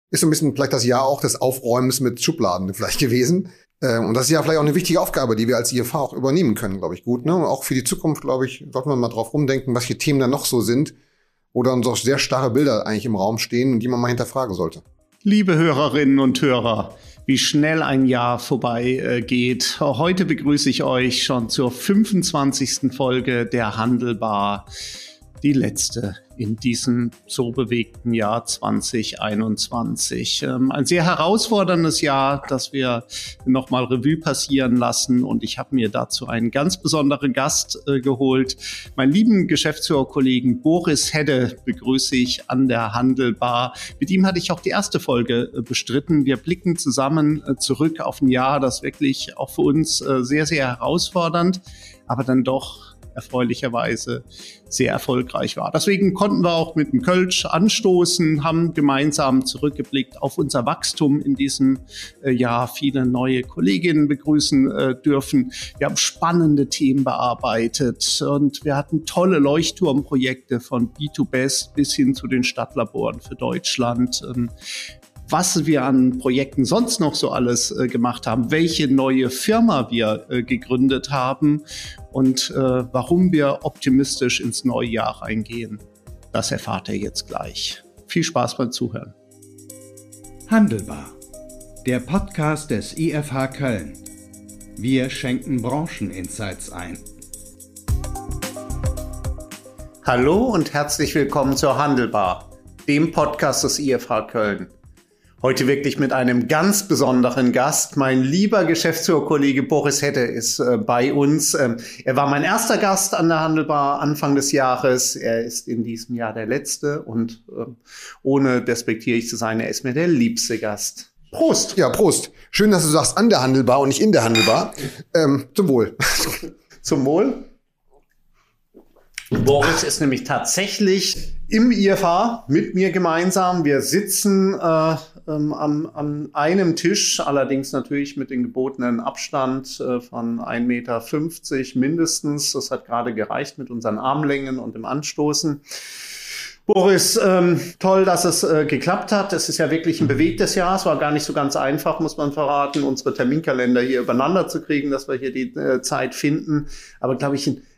ist so ein bisschen vielleicht das Jahr auch des Aufräumens mit Schubladen vielleicht gewesen. Und das ist ja vielleicht auch eine wichtige Aufgabe, die wir als IFH auch übernehmen können, glaube ich, gut. Ne? Und auch für die Zukunft, glaube ich, sollten wir mal drauf rumdenken, was hier Themen da noch so sind, wo dann so sehr starre Bilder eigentlich im Raum stehen und die man mal hinterfragen sollte. Liebe Hörerinnen und Hörer, wie schnell ein Jahr vorbei geht. Heute begrüße ich euch schon zur 25. Folge der Handelbar, die letzte in diesem so bewegten Jahr 2021. Ein sehr herausforderndes Jahr, das wir nochmal Revue passieren lassen. Und ich habe mir dazu einen ganz besonderen Gast geholt. Meinen lieben Geschäftsführerkollegen Boris Hedde begrüße ich an der Handelbar. Mit ihm hatte ich auch die erste Folge bestritten. Wir blicken zusammen zurück auf ein Jahr, das wirklich auch für uns sehr, sehr herausfordernd, aber dann doch erfreulicherweise sehr erfolgreich war. Deswegen konnten wir auch mit dem Kölsch anstoßen, haben gemeinsam zurückgeblickt auf unser Wachstum in diesem Jahr, viele neue Kolleginnen begrüßen dürfen. Wir haben spannende Themen bearbeitet und wir hatten tolle Leuchtturmprojekte von B2Best bis hin zu den Stadtlaboren für Deutschland. Was wir an Projekten sonst noch so alles gemacht haben, welche neue Firma wir gegründet haben und warum wir optimistisch ins neue Jahr reingehen, das erfahrt ihr jetzt gleich. Viel Spaß beim Zuhören. Handelbar, der Podcast des IFH Köln. Wir schenken Brancheninsights ein. Hallo und herzlich willkommen zur Handelbar, dem Podcast des IFH Köln. Heute wirklich mit einem ganz besonderen Gast. Mein lieber Geschäftsführerkollege Boris Hedde ist bei uns. Er war mein erster Gast an der Handelbar Anfang des Jahres. Er ist in diesem Jahr der letzte und ohne despektierlich zu sein, er ist mir der liebste Gast. Prost! Ja, Prost. Schön, dass du sagst an der Handelbar und nicht in der Handelbar. Zum Wohl. Zum Wohl. Boris ist nämlich tatsächlich im IFH mit mir gemeinsam. Wir sitzen an einem Tisch, allerdings natürlich mit dem gebotenen Abstand von 1,50 Meter mindestens. Das hat gerade gereicht mit unseren Armlängen und dem Anstoßen. Boris, toll, dass es geklappt hat. Es ist ja wirklich ein bewegtes Jahr. Es war gar nicht so ganz einfach, muss man verraten, unsere Terminkalender hier übereinander zu kriegen, dass wir hier die Zeit finden. Aber glaube ich, ein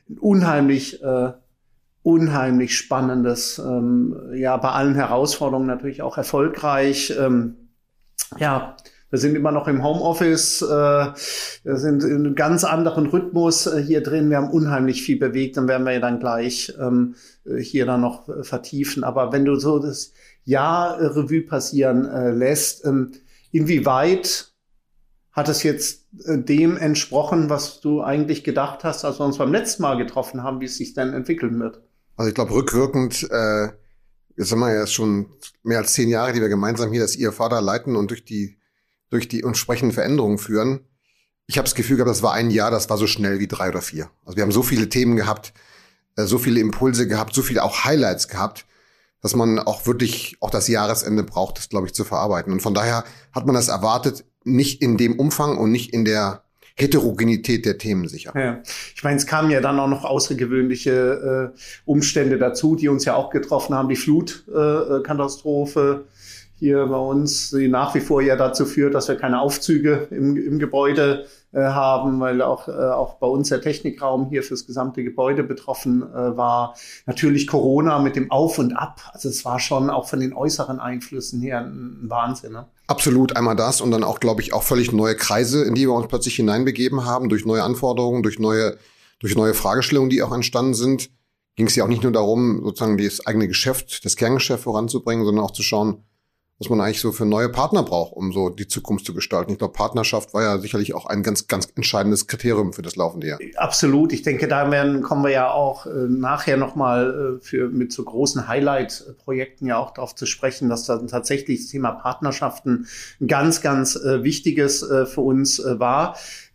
unheimlich spannendes, bei allen Herausforderungen natürlich auch erfolgreich. Wir sind immer noch im Homeoffice, wir sind in einem ganz anderen Rhythmus hier drin. Wir haben unheimlich viel bewegt, dann werden wir ja dann gleich hier dann noch vertiefen. Aber wenn du so das Jahr Revue passieren lässt, inwieweit hat es jetzt dem entsprochen, was du eigentlich gedacht hast, als wir uns beim letzten Mal getroffen haben, wie es sich dann entwickeln wird? Also ich glaube, rückwirkend, jetzt haben wir ja schon mehr als 10 Jahre, die wir gemeinsam hier das IFH da leiten und durch die entsprechenden Veränderungen führen. Ich habe das Gefühl gehabt, das war ein Jahr, das war so schnell wie 3 oder 4. Also wir haben so viele Themen gehabt, so viele Impulse gehabt, so viele auch Highlights gehabt, dass man auch wirklich auch das Jahresende braucht, das, glaube ich, zu verarbeiten. Und von daher hat man das erwartet, nicht in dem Umfang und nicht in der Heterogenität der Themen sicher. Ja. Ich meine, es kamen ja dann auch noch außergewöhnliche Umstände dazu, die uns ja auch getroffen haben. Die Flutkatastrophe hier bei uns, die nach wie vor ja dazu führt, dass wir keine Aufzüge im Gebäude haben, weil auch bei uns der Technikraum hier fürs gesamte Gebäude betroffen war. Natürlich Corona mit dem Auf und Ab. Also es war schon auch von den äußeren Einflüssen her ein Wahnsinn. Ne? Absolut, einmal das und dann auch, glaube ich, auch völlig neue Kreise, in die wir uns plötzlich hineinbegeben haben, durch neue Anforderungen, durch neue Fragestellungen, die auch entstanden sind. Ging es ja auch nicht nur darum, sozusagen das eigene Geschäft, das Kerngeschäft voranzubringen, sondern auch zu schauen, was man eigentlich so für neue Partner braucht, um so die Zukunft zu gestalten. Ich glaube, Partnerschaft war ja sicherlich auch ein ganz, ganz entscheidendes Kriterium für das laufende Jahr. Absolut. Ich denke, da kommen wir ja auch nachher nochmal mit so großen Highlight-Projekten ja auch darauf zu sprechen, dass dann tatsächlich das Thema Partnerschaften ein ganz, ganz wichtiges für uns war.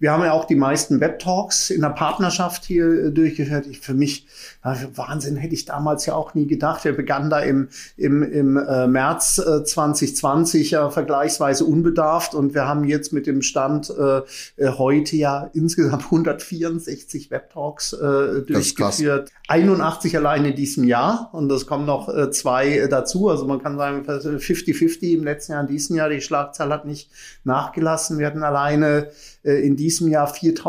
wir haben ja auch die meisten Webtalks in der Partnerschaft hier durchgeführt. Für mich, Wahnsinn, hätte ich damals ja auch nie gedacht. Wir begannen da im März 2020 ja vergleichsweise unbedarft und wir haben jetzt mit dem Stand heute ja insgesamt 164 Webtalks durchgeführt. 81 allein in diesem Jahr und es kommen noch 2 dazu. Also man kann sagen 50-50 im letzten Jahr, in diesem Jahr. Die Schlagzahl hat nicht nachgelassen. Wir hatten alleine in diesem Jahr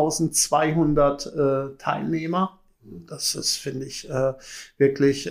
4.200 Teilnehmer. Das ist, finde ich, wirklich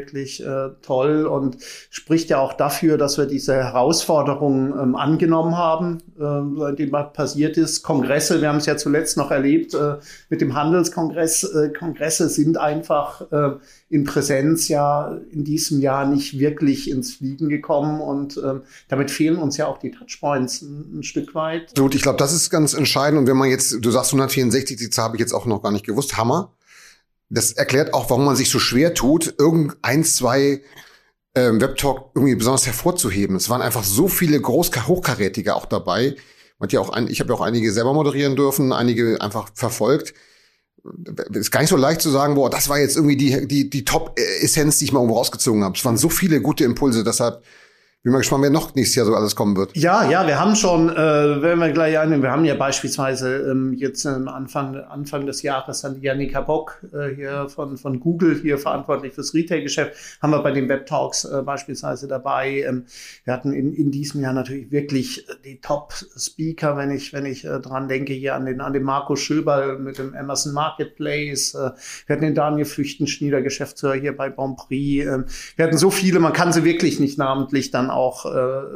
toll und spricht ja auch dafür, dass wir diese Herausforderungen angenommen haben, die mal passiert ist. Kongresse, wir haben es ja zuletzt noch erlebt mit dem Handelskongress. Kongresse sind einfach in Präsenz ja in diesem Jahr nicht wirklich ins Fliegen gekommen und damit fehlen uns ja auch die Touchpoints ein Stück weit. Gut, ich glaube, das ist ganz entscheidend. Und wenn man jetzt, du sagst 164, die Zahl habe ich jetzt auch noch gar nicht gewusst, Hammer. Das erklärt auch, warum man sich so schwer tut, irgendein, 2 Webtalk irgendwie besonders hervorzuheben. Es waren einfach so viele Hochkarätige auch dabei. Ich habe ja auch einige selber moderieren dürfen, einige einfach verfolgt. Ist gar nicht so leicht zu sagen, boah, das war jetzt irgendwie die Top-Essenz, die ich mal irgendwo rausgezogen habe. Es waren so viele gute Impulse, deshalb bin mal gespannt, wer noch nächstes Jahr so alles kommen wird. Ja, wir haben schon, wenn wir gleich einnehmen, wir haben ja beispielsweise jetzt am Anfang des Jahres dann die Janika Bock hier von Google, hier verantwortlich fürs Retail-Geschäft, haben wir bei den Webtalks beispielsweise dabei. Wir hatten in diesem Jahr natürlich wirklich die Top-Speaker, wenn ich dran denke, hier an den Marco Schöberl mit dem Amazon Marketplace. Wir hatten den Daniel Flüchtenschnieder, Geschäftsführer hier bei Bonprix. Wir hatten so viele, man kann sie wirklich nicht namentlich dann auch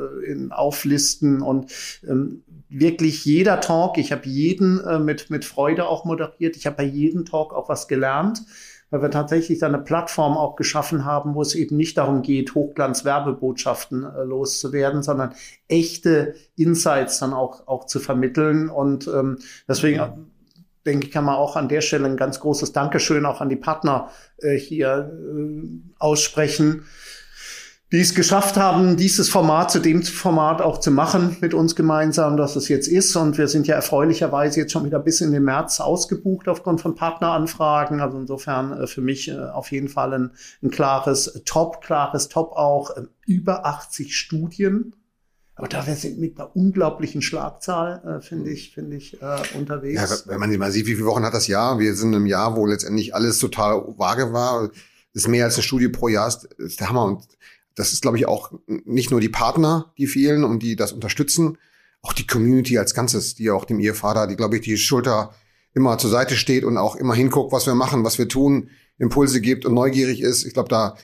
auflisten und wirklich jeder Talk, ich habe jeden mit Freude auch moderiert, ich habe bei jedem Talk auch was gelernt, weil wir tatsächlich dann eine Plattform auch geschaffen haben, wo es eben nicht darum geht, Hochglanz-Werbebotschaften loszuwerden, sondern echte Insights dann auch zu vermitteln und deswegen denke ich, kann man auch an der Stelle ein ganz großes Dankeschön auch an die Partner hier aussprechen, die es geschafft haben, dieses Format zu dem Format auch zu machen mit uns gemeinsam, dass es jetzt ist. Und wir sind ja erfreulicherweise jetzt schon wieder bis in den März ausgebucht aufgrund von Partneranfragen. Also insofern für mich auf jeden Fall ein klares Top auch. Über 80 Studien. Aber da wir sind mit einer unglaublichen Schlagzahl, finde ich, unterwegs. Ja, wenn man mal sieht, wie viele Wochen hat das Jahr? Wir sind im Jahr, wo letztendlich alles total vage war. Das ist mehr als eine Studie pro Jahr, ist der Hammer. Und das ist, glaube ich, auch nicht nur die Partner, die fehlen und die das unterstützen, auch die Community als Ganzes, die auch dem Ehevater, da, die, glaube ich, die Schulter immer zur Seite steht und auch immer hinguckt, was wir machen, was wir tun, Impulse gibt und neugierig ist. Ich glaube, da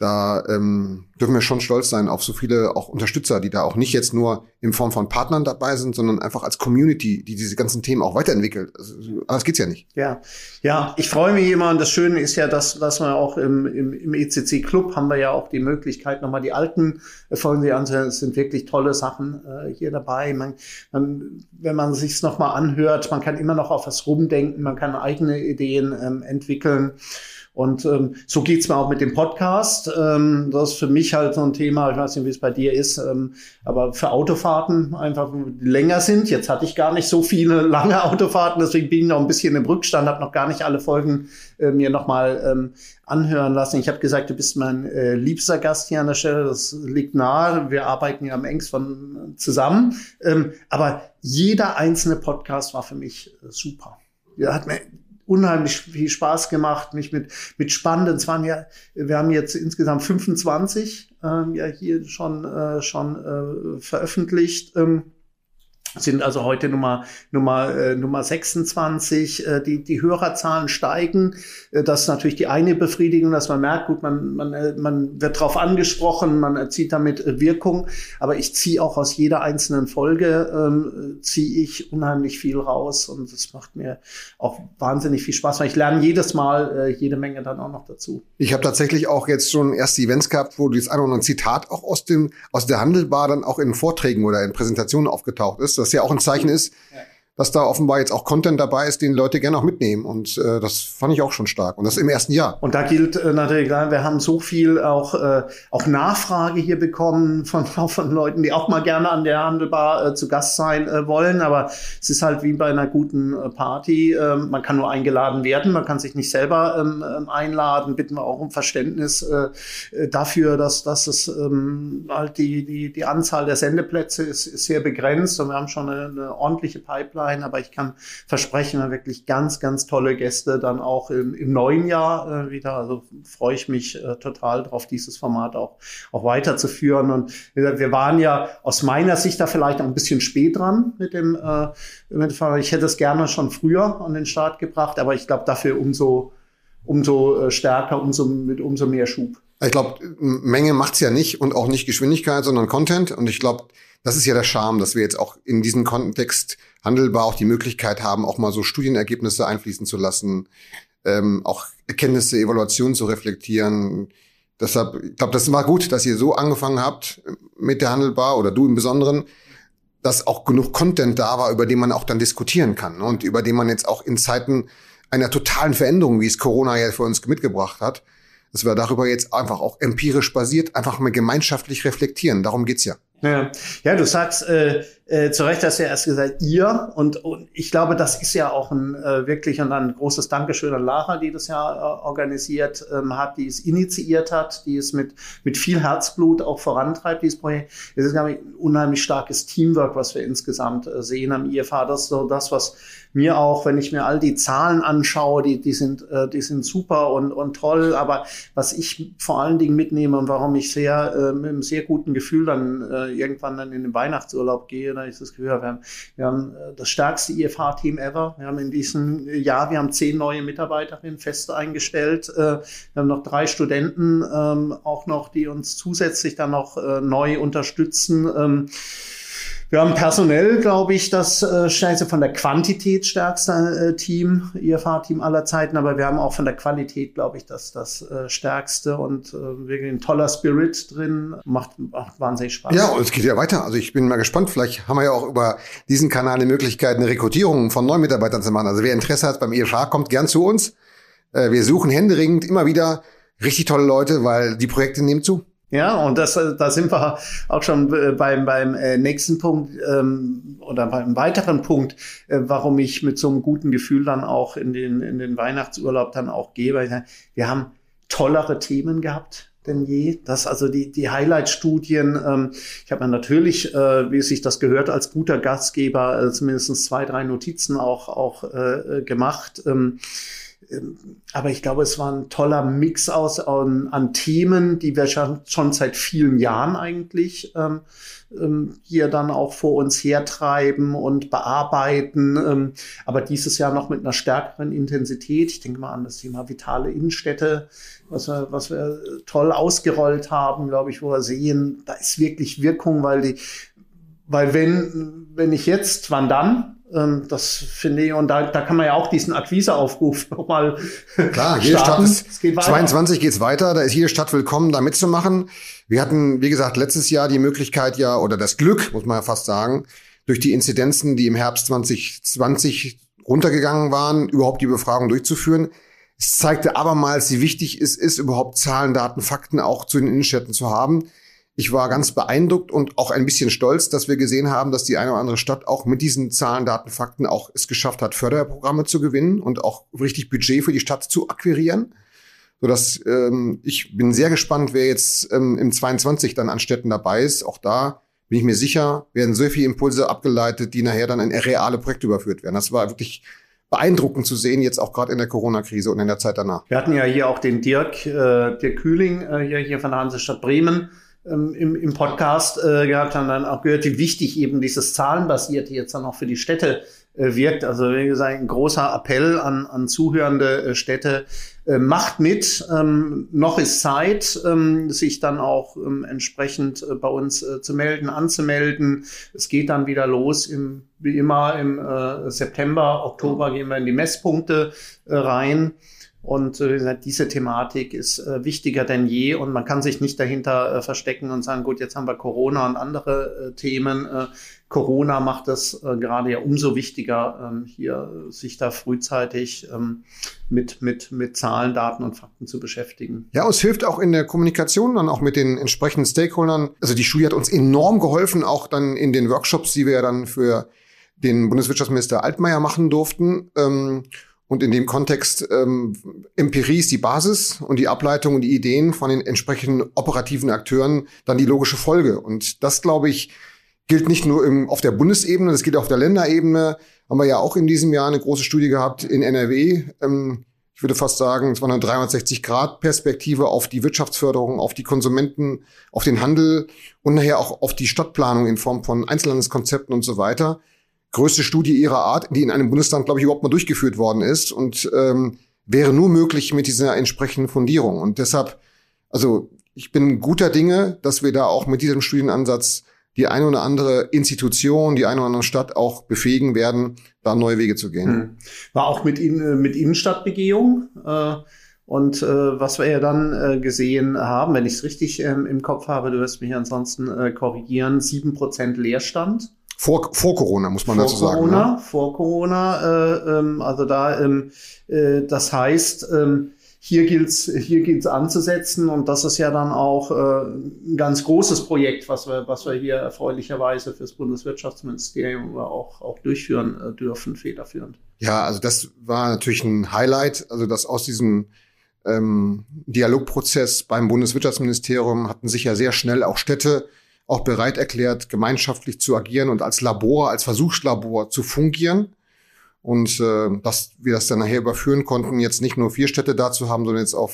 dürfen wir schon stolz sein auf so viele auch Unterstützer, die da auch nicht jetzt nur in Form von Partnern dabei sind, sondern einfach als Community, die diese ganzen Themen auch weiterentwickelt. Also, anders geht's ja nicht. Ja, ich freue mich immer und das Schöne ist ja, dass wir auch im ECC Club haben wir ja auch die Möglichkeit, nochmal die alten Folgen sich anzuhören. Es sind wirklich tolle Sachen hier dabei. Wenn man sich's nochmal anhört, man kann immer noch auf was rumdenken, man kann eigene Ideen entwickeln. Und so geht's mir auch mit dem Podcast. Das ist für mich halt so ein Thema, ich weiß nicht, wie es bei dir ist, aber für Autofahrten einfach die länger sind. Jetzt hatte ich gar nicht so viele lange Autofahrten, deswegen bin ich noch ein bisschen im Rückstand, habe noch gar nicht alle Folgen mir nochmal anhören lassen. Ich habe gesagt, du bist mein liebster Gast hier an der Stelle. Das liegt nahe. Wir arbeiten ja am engsten zusammen. Aber jeder einzelne Podcast war für mich super. Ja, hat mir unheimlich viel Spaß gemacht, mich mit spannenden, wir haben jetzt insgesamt 25 hier schon veröffentlicht. Sind also heute Nummer 26. Die Hörerzahlen steigen. Das ist natürlich die eine Befriedigung, dass man merkt, gut, man wird drauf angesprochen, man erzielt damit Wirkung. Aber ich ziehe auch aus jeder einzelnen Folge, ziehe ich unheimlich viel raus. Und das macht mir auch wahnsinnig viel Spaß, weil ich lerne jedes Mal jede Menge dann auch noch dazu. Ich habe tatsächlich auch jetzt schon erste Events gehabt, wo das eine oder andere Zitat auch aus der Handelbar dann auch in Vorträgen oder in Präsentationen aufgetaucht ist. Das ja auch ein Zeichen ist, dass da offenbar jetzt auch Content dabei ist, den Leute gerne auch mitnehmen. Und das fand ich auch schon stark. Und das im ersten Jahr. Und da gilt natürlich, wir haben so viel auch Nachfrage hier bekommen von Leuten, die auch mal gerne an der Handelbar zu Gast sein wollen. Aber es ist halt wie bei einer guten Party. Man kann nur eingeladen werden. Man kann sich nicht selber einladen. Bitten wir auch um Verständnis dafür, dass es halt die Anzahl der Sendeplätze ist sehr begrenzt. Und wir haben schon eine ordentliche Pipeline. Aber ich kann versprechen, wir haben wirklich ganz, ganz tolle Gäste dann auch im neuen Jahr wieder. Also freue ich mich total drauf, dieses Format auch weiterzuführen. Und wir waren ja aus meiner Sicht da vielleicht auch ein bisschen spät dran mit dem Fall. Ich hätte es gerne schon früher an den Start gebracht, aber ich glaube dafür umso stärker, mit umso mehr Schub. Ich glaube, Menge macht's ja nicht und auch nicht Geschwindigkeit, sondern Content. Und ich glaube, das ist ja der Charme, dass wir jetzt auch in diesem Kontext handelbar auch die Möglichkeit haben, auch mal so Studienergebnisse einfließen zu lassen, auch Erkenntnisse, Evaluationen zu reflektieren. Deshalb, ich glaube, das war gut, dass ihr so angefangen habt mit der Handelbar oder du im Besonderen, dass auch genug Content da war, über den man auch dann diskutieren kann und über den man jetzt auch in Zeiten einer totalen Veränderung, wie es Corona ja für uns mitgebracht hat, dass wir darüber jetzt einfach auch empirisch basiert einfach mal gemeinschaftlich reflektieren. Darum geht's ja. Ja, du sagst zu Recht, hast du ja erst gesagt, ihr. Und ich glaube, das ist ja auch wirklich ein großes Dankeschön an Lara, die das ja organisiert hat, die es initiiert hat, die es mit viel Herzblut auch vorantreibt, dieses Projekt. Es ist, glaube ich, ein unheimlich starkes Teamwork, was wir insgesamt sehen am IFH. Das ist so das, was mir auch, wenn ich mir all die Zahlen anschaue, die sind super und toll. Aber was ich vor allen Dingen mitnehme und warum ich mit einem sehr guten Gefühl dann irgendwann dann in den Weihnachtsurlaub gehe, da ist das Gefühl, wir haben das stärkste IFH-Team ever. Wir haben in diesem Jahr, 10 neue Mitarbeiterinnen fest eingestellt. Wir haben noch 3 Studenten auch noch, die uns zusätzlich dann noch neu unterstützen. Wir haben personell, glaube ich, das von der Quantität stärkste IFH-Team aller Zeiten, aber wir haben auch von der Qualität, glaube ich, das stärkste und wirklich ein toller Spirit drin. Macht wahnsinnig Spaß. Ja, und es geht ja weiter. Also ich bin mal gespannt. Vielleicht haben wir ja auch über diesen Kanal die Möglichkeit, eine Rekrutierung von neuen Mitarbeitern zu machen. Also wer Interesse hat beim IFH, kommt gern zu uns. Wir suchen händeringend immer wieder richtig tolle Leute, weil die Projekte nehmen zu. Ja, und da sind wir auch schon beim nächsten Punkt oder beim weiteren Punkt, warum ich mit so einem guten Gefühl dann auch in den Weihnachtsurlaub dann auch gehe. Weil wir haben tollere Themen gehabt denn je. Das also die Highlight-Studien. Ich habe mir natürlich, wie sich das gehört, als guter Gastgeber zumindest 2, 3 Notizen auch gemacht. Aber ich glaube, es war ein toller Mix an Themen, die wir schon seit vielen Jahren eigentlich hier dann auch vor uns hertreiben und bearbeiten. Aber dieses Jahr noch mit einer stärkeren Intensität. Ich denke mal an das Thema vitale Innenstädte, was wir toll ausgerollt haben, glaube ich, wo wir sehen, da ist wirklich Wirkung, weil wenn nicht jetzt, wann dann? Das finde ich, und da kann man ja auch diesen Akquiseaufruf nochmal Klar, jede Stadt ist, 22 geht's weiter, da ist jede Stadt willkommen, da mitzumachen. Wir hatten, wie gesagt, letztes Jahr die Möglichkeit oder das Glück, muss man ja fast sagen, durch die Inzidenzen, die im Herbst 2020 runtergegangen waren, überhaupt die Befragung durchzuführen. Es zeigte abermals, wie wichtig es ist, überhaupt Zahlen, Daten, Fakten auch zu den Innenstädten zu haben. Ich war ganz beeindruckt und auch ein bisschen stolz, dass wir gesehen haben, dass die eine oder andere Stadt auch mit diesen Zahlen, Daten, Fakten auch es geschafft hat, Förderprogramme zu gewinnen und auch richtig Budget für die Stadt zu akquirieren. Sodass ich bin sehr gespannt, wer jetzt im 22 dann an Städten dabei ist. Auch da bin ich mir sicher, werden so viele Impulse abgeleitet, die nachher dann in reale Projekte überführt werden. Das war wirklich beeindruckend zu sehen, jetzt auch gerade in der Corona-Krise und in der Zeit danach. Wir hatten ja hier auch den Dirk Kühling hier von der Hansestadt Bremen im Podcast gehabt, haben dann auch gehört, wie wichtig eben dieses Zahlenbasierte jetzt dann auch für die Städte wirkt. Also wie gesagt, ein großer Appell an zuhörende Städte. Macht mit, noch ist Zeit, sich dann auch entsprechend bei uns anzumelden. Es geht dann wieder los, wie immer im September, Oktober gehen wir in die Messpunkte rein. Und diese Thematik ist wichtiger denn je und man kann sich nicht dahinter verstecken und sagen, gut, jetzt haben wir Corona und andere Themen. Corona macht es gerade ja umso wichtiger, hier sich da frühzeitig mit Zahlen, Daten und Fakten zu beschäftigen. Ja, es hilft auch in der Kommunikation dann auch mit den entsprechenden Stakeholdern. Also die Studie hat uns enorm geholfen, auch dann in den Workshops, die wir ja dann für den Bundeswirtschaftsminister Altmaier machen durften. Und in dem Kontext Empirie ist die Basis und die Ableitung und die Ideen von den entsprechenden operativen Akteuren dann die logische Folge. Und das, glaube ich, gilt nicht nur auf der Bundesebene, das gilt auch auf der Länderebene. Haben wir ja auch in diesem Jahr eine große Studie gehabt in NRW. Ich würde fast sagen, es war eine 360-Grad-Perspektive auf die Wirtschaftsförderung, auf die Konsumenten, auf den Handel und nachher auch auf die Stadtplanung in Form von Einzelhandelskonzepten und so weiter. Größte Studie ihrer Art, die in einem Bundesland, glaube ich, überhaupt mal durchgeführt worden ist und wäre nur möglich mit dieser entsprechenden Fundierung. Und deshalb, also ich bin guter Dinge, dass wir da auch mit diesem Studienansatz die eine oder andere Institution, die eine oder andere Stadt auch befähigen werden, da neue Wege zu gehen. War auch mit Innenstadtbegehung. Und was wir ja dann gesehen haben, wenn ich es richtig im Kopf habe, du wirst mich ansonsten korrigieren, 7% Leerstand. Vor Corona, muss man dazu sagen. Vor Corona, also da, das heißt, hier gilt's anzusetzen und das ist ja dann auch ein ganz großes Projekt, was wir hier erfreulicherweise fürs Bundeswirtschaftsministerium auch durchführen dürfen, federführend. Ja, also das war natürlich ein Highlight, also dass aus diesem Dialogprozess beim Bundeswirtschaftsministerium hatten sich ja sehr schnell auch Städte auch bereit erklärt, gemeinschaftlich zu agieren und als Labor, als Versuchslabor zu fungieren. Und dass wir das dann nachher überführen konnten, jetzt nicht nur 4 Städte da zu haben, sondern jetzt auf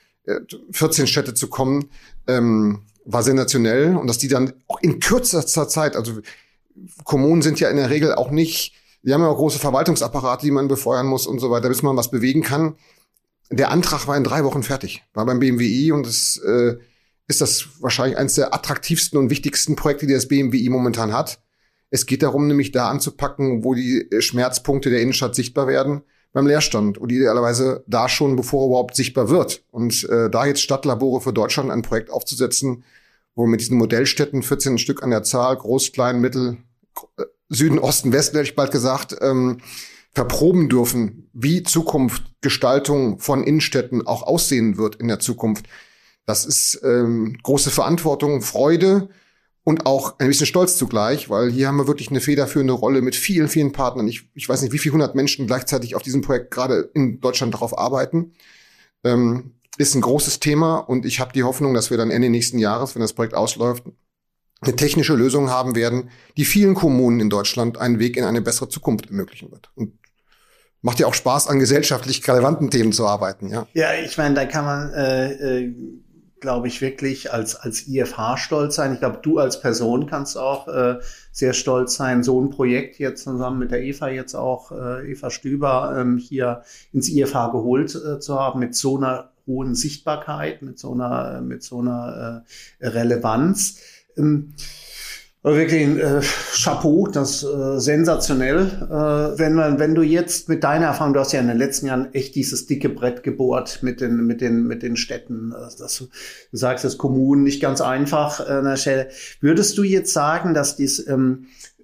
14 Städte zu kommen, war sensationell. Und dass die dann auch in kürzester Zeit, also Kommunen sind ja in der Regel auch nicht, die haben ja auch große Verwaltungsapparate, die man befeuern muss und so weiter, bis man was bewegen kann. Der Antrag war in 3 Wochen fertig, war beim BMWI und es ist das wahrscheinlich eines der attraktivsten und wichtigsten Projekte, die das BMWI momentan hat. Es geht darum, nämlich da anzupacken, wo die Schmerzpunkte der Innenstadt sichtbar werden, beim Leerstand. Und idealerweise da schon, bevor er überhaupt sichtbar wird. Und da jetzt Stadtlabore für Deutschland ein Projekt aufzusetzen, wo wir mit diesen Modellstädten, 14 Stück an der Zahl, Groß, Klein, Mittel, Süden, Osten, Westen, hätte ich bald gesagt, verproben dürfen, wie Zukunft, Gestaltung von Innenstädten auch aussehen wird in der Zukunft. Das ist große Verantwortung, Freude und auch ein bisschen Stolz zugleich, weil hier haben wir wirklich eine federführende Rolle mit vielen, vielen Partnern. Ich weiß nicht, wie viele 100 Menschen gleichzeitig auf diesem Projekt gerade in Deutschland darauf arbeiten. Ist ein großes Thema und ich habe die Hoffnung, dass wir dann Ende nächsten Jahres, wenn das Projekt ausläuft, eine technische Lösung haben werden, die vielen Kommunen in Deutschland einen Weg in eine bessere Zukunft ermöglichen wird. Und macht ja auch Spaß, an gesellschaftlich relevanten Themen zu arbeiten, ja. Ja, ich meine, da kann man glaube ich, wirklich als IFH stolz sein. Ich glaube, du als Person kannst auch sehr stolz sein, so ein Projekt jetzt zusammen mit der Eva jetzt auch, Eva Stüber, hier ins IFH geholt zu haben mit so einer hohen Sichtbarkeit, mit so einer Relevanz. Wirklich ein Chapeau, das sensationell. Wenn du jetzt mit deiner Erfahrung, du hast ja in den letzten Jahren echt dieses dicke Brett gebohrt mit den Städten. Du sagst, das Kommunen nicht ganz einfach an der Stelle. Würdest du jetzt sagen, dass diese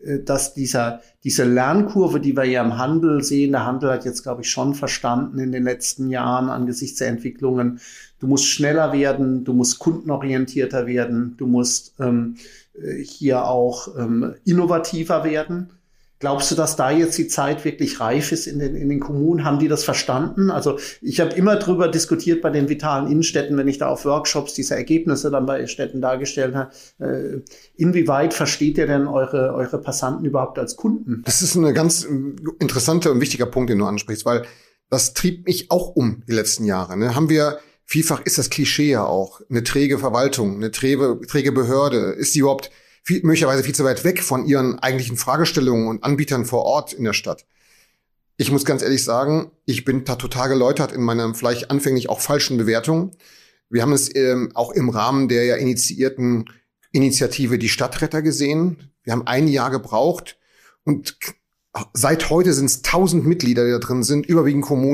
Lernkurve, die wir ja im Handel sehen, der Handel hat jetzt, glaube ich, schon verstanden in den letzten Jahren angesichts der Entwicklungen, du musst schneller werden, du musst kundenorientierter werden, du musst hier auch innovativer werden. Glaubst du, dass da jetzt die Zeit wirklich reif ist in den Kommunen? Haben die das verstanden? Also ich habe immer drüber diskutiert bei den vitalen Innenstädten, wenn ich da auf Workshops diese Ergebnisse dann bei Städten dargestellt habe. Inwieweit versteht ihr denn eure Passanten überhaupt als Kunden? Das ist ein ganz interessanter und wichtiger Punkt, den du ansprichst, weil das trieb mich auch die letzten Jahre. Ne? Vielfach ist das Klischee ja auch, eine träge Verwaltung, eine träge Behörde. Ist die überhaupt möglicherweise viel zu weit weg von ihren eigentlichen Fragestellungen und Anbietern vor Ort in der Stadt? Ich muss ganz ehrlich sagen, ich bin da total geläutert in meiner vielleicht anfänglich auch falschen Bewertung. Wir haben es auch im Rahmen der ja initiierten Initiative Die Stadtretter gesehen. Wir haben 1 Jahr gebraucht und seit heute sind es 1000 Mitglieder, die da drin sind, überwiegend Kommunen,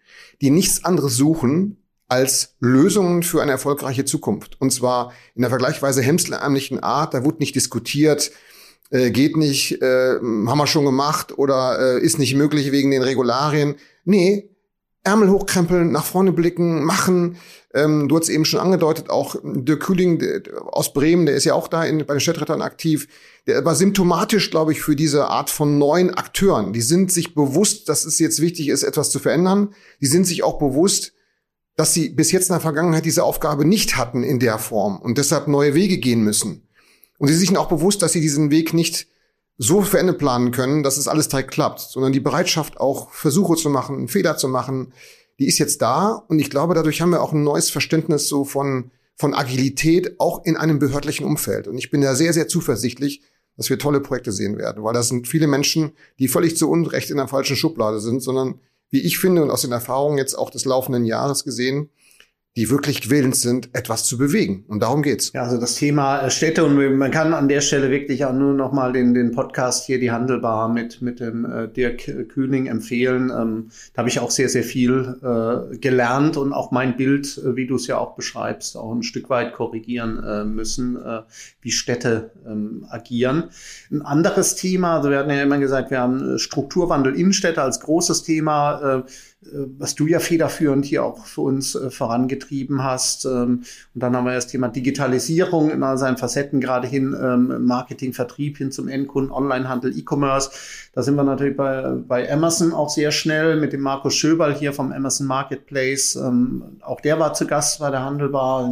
die nichts anderes suchen als Lösungen für eine erfolgreiche Zukunft. Und zwar in einer vergleichsweise hemdsärmlichen Art. Da wurde nicht diskutiert, geht nicht, haben wir schon gemacht oder ist nicht möglich wegen den Regularien. Nee, Ärmel hochkrempeln, nach vorne blicken, machen. Du hast eben schon angedeutet, auch Dirk Kühling aus Bremen, der ist ja auch da bei den Städterettern aktiv. Der war symptomatisch, glaube ich, für diese Art von neuen Akteuren. Die sind sich bewusst, dass es jetzt wichtig ist, etwas zu verändern. Die sind sich auch bewusst, dass sie bis jetzt in der Vergangenheit diese Aufgabe nicht hatten in der Form und deshalb neue Wege gehen müssen. Und sie sind auch bewusst, dass sie diesen Weg nicht so für Ende planen können, dass es alles direkt klappt, sondern die Bereitschaft, auch Versuche zu machen, Fehler zu machen, die ist jetzt da. Und ich glaube, dadurch haben wir auch ein neues Verständnis so von Agilität, auch in einem behördlichen Umfeld. Und ich bin da sehr, sehr zuversichtlich, dass wir tolle Projekte sehen werden, weil das sind viele Menschen, die völlig zu Unrecht in der falschen Schublade sind, sondern, wie ich finde und aus den Erfahrungen jetzt auch des laufenden Jahres gesehen, die wirklich willens sind, etwas zu bewegen. Und darum geht's. Ja, also das Thema Städte, und man kann an der Stelle wirklich auch nur noch mal den Podcast hier, die Handelbar, mit dem Dirk Kühling empfehlen. Da habe ich auch sehr, sehr viel gelernt und auch mein Bild, wie du es ja auch beschreibst, auch ein Stück weit korrigieren müssen, wie Städte agieren. Ein anderes Thema, also wir hatten ja immer gesagt, wir haben Strukturwandel Innenstädte als großes Thema, was du ja federführend hier auch für uns vorangetrieben hast. Und dann haben wir das Thema Digitalisierung in all seinen Facetten, gerade hin Marketing, Vertrieb, hin zum Endkunden, Onlinehandel, E-Commerce. Da sind wir natürlich bei Amazon auch sehr schnell mit dem Markus Schöberl hier vom Amazon Marketplace. Auch der war zu Gast bei der Handelbar.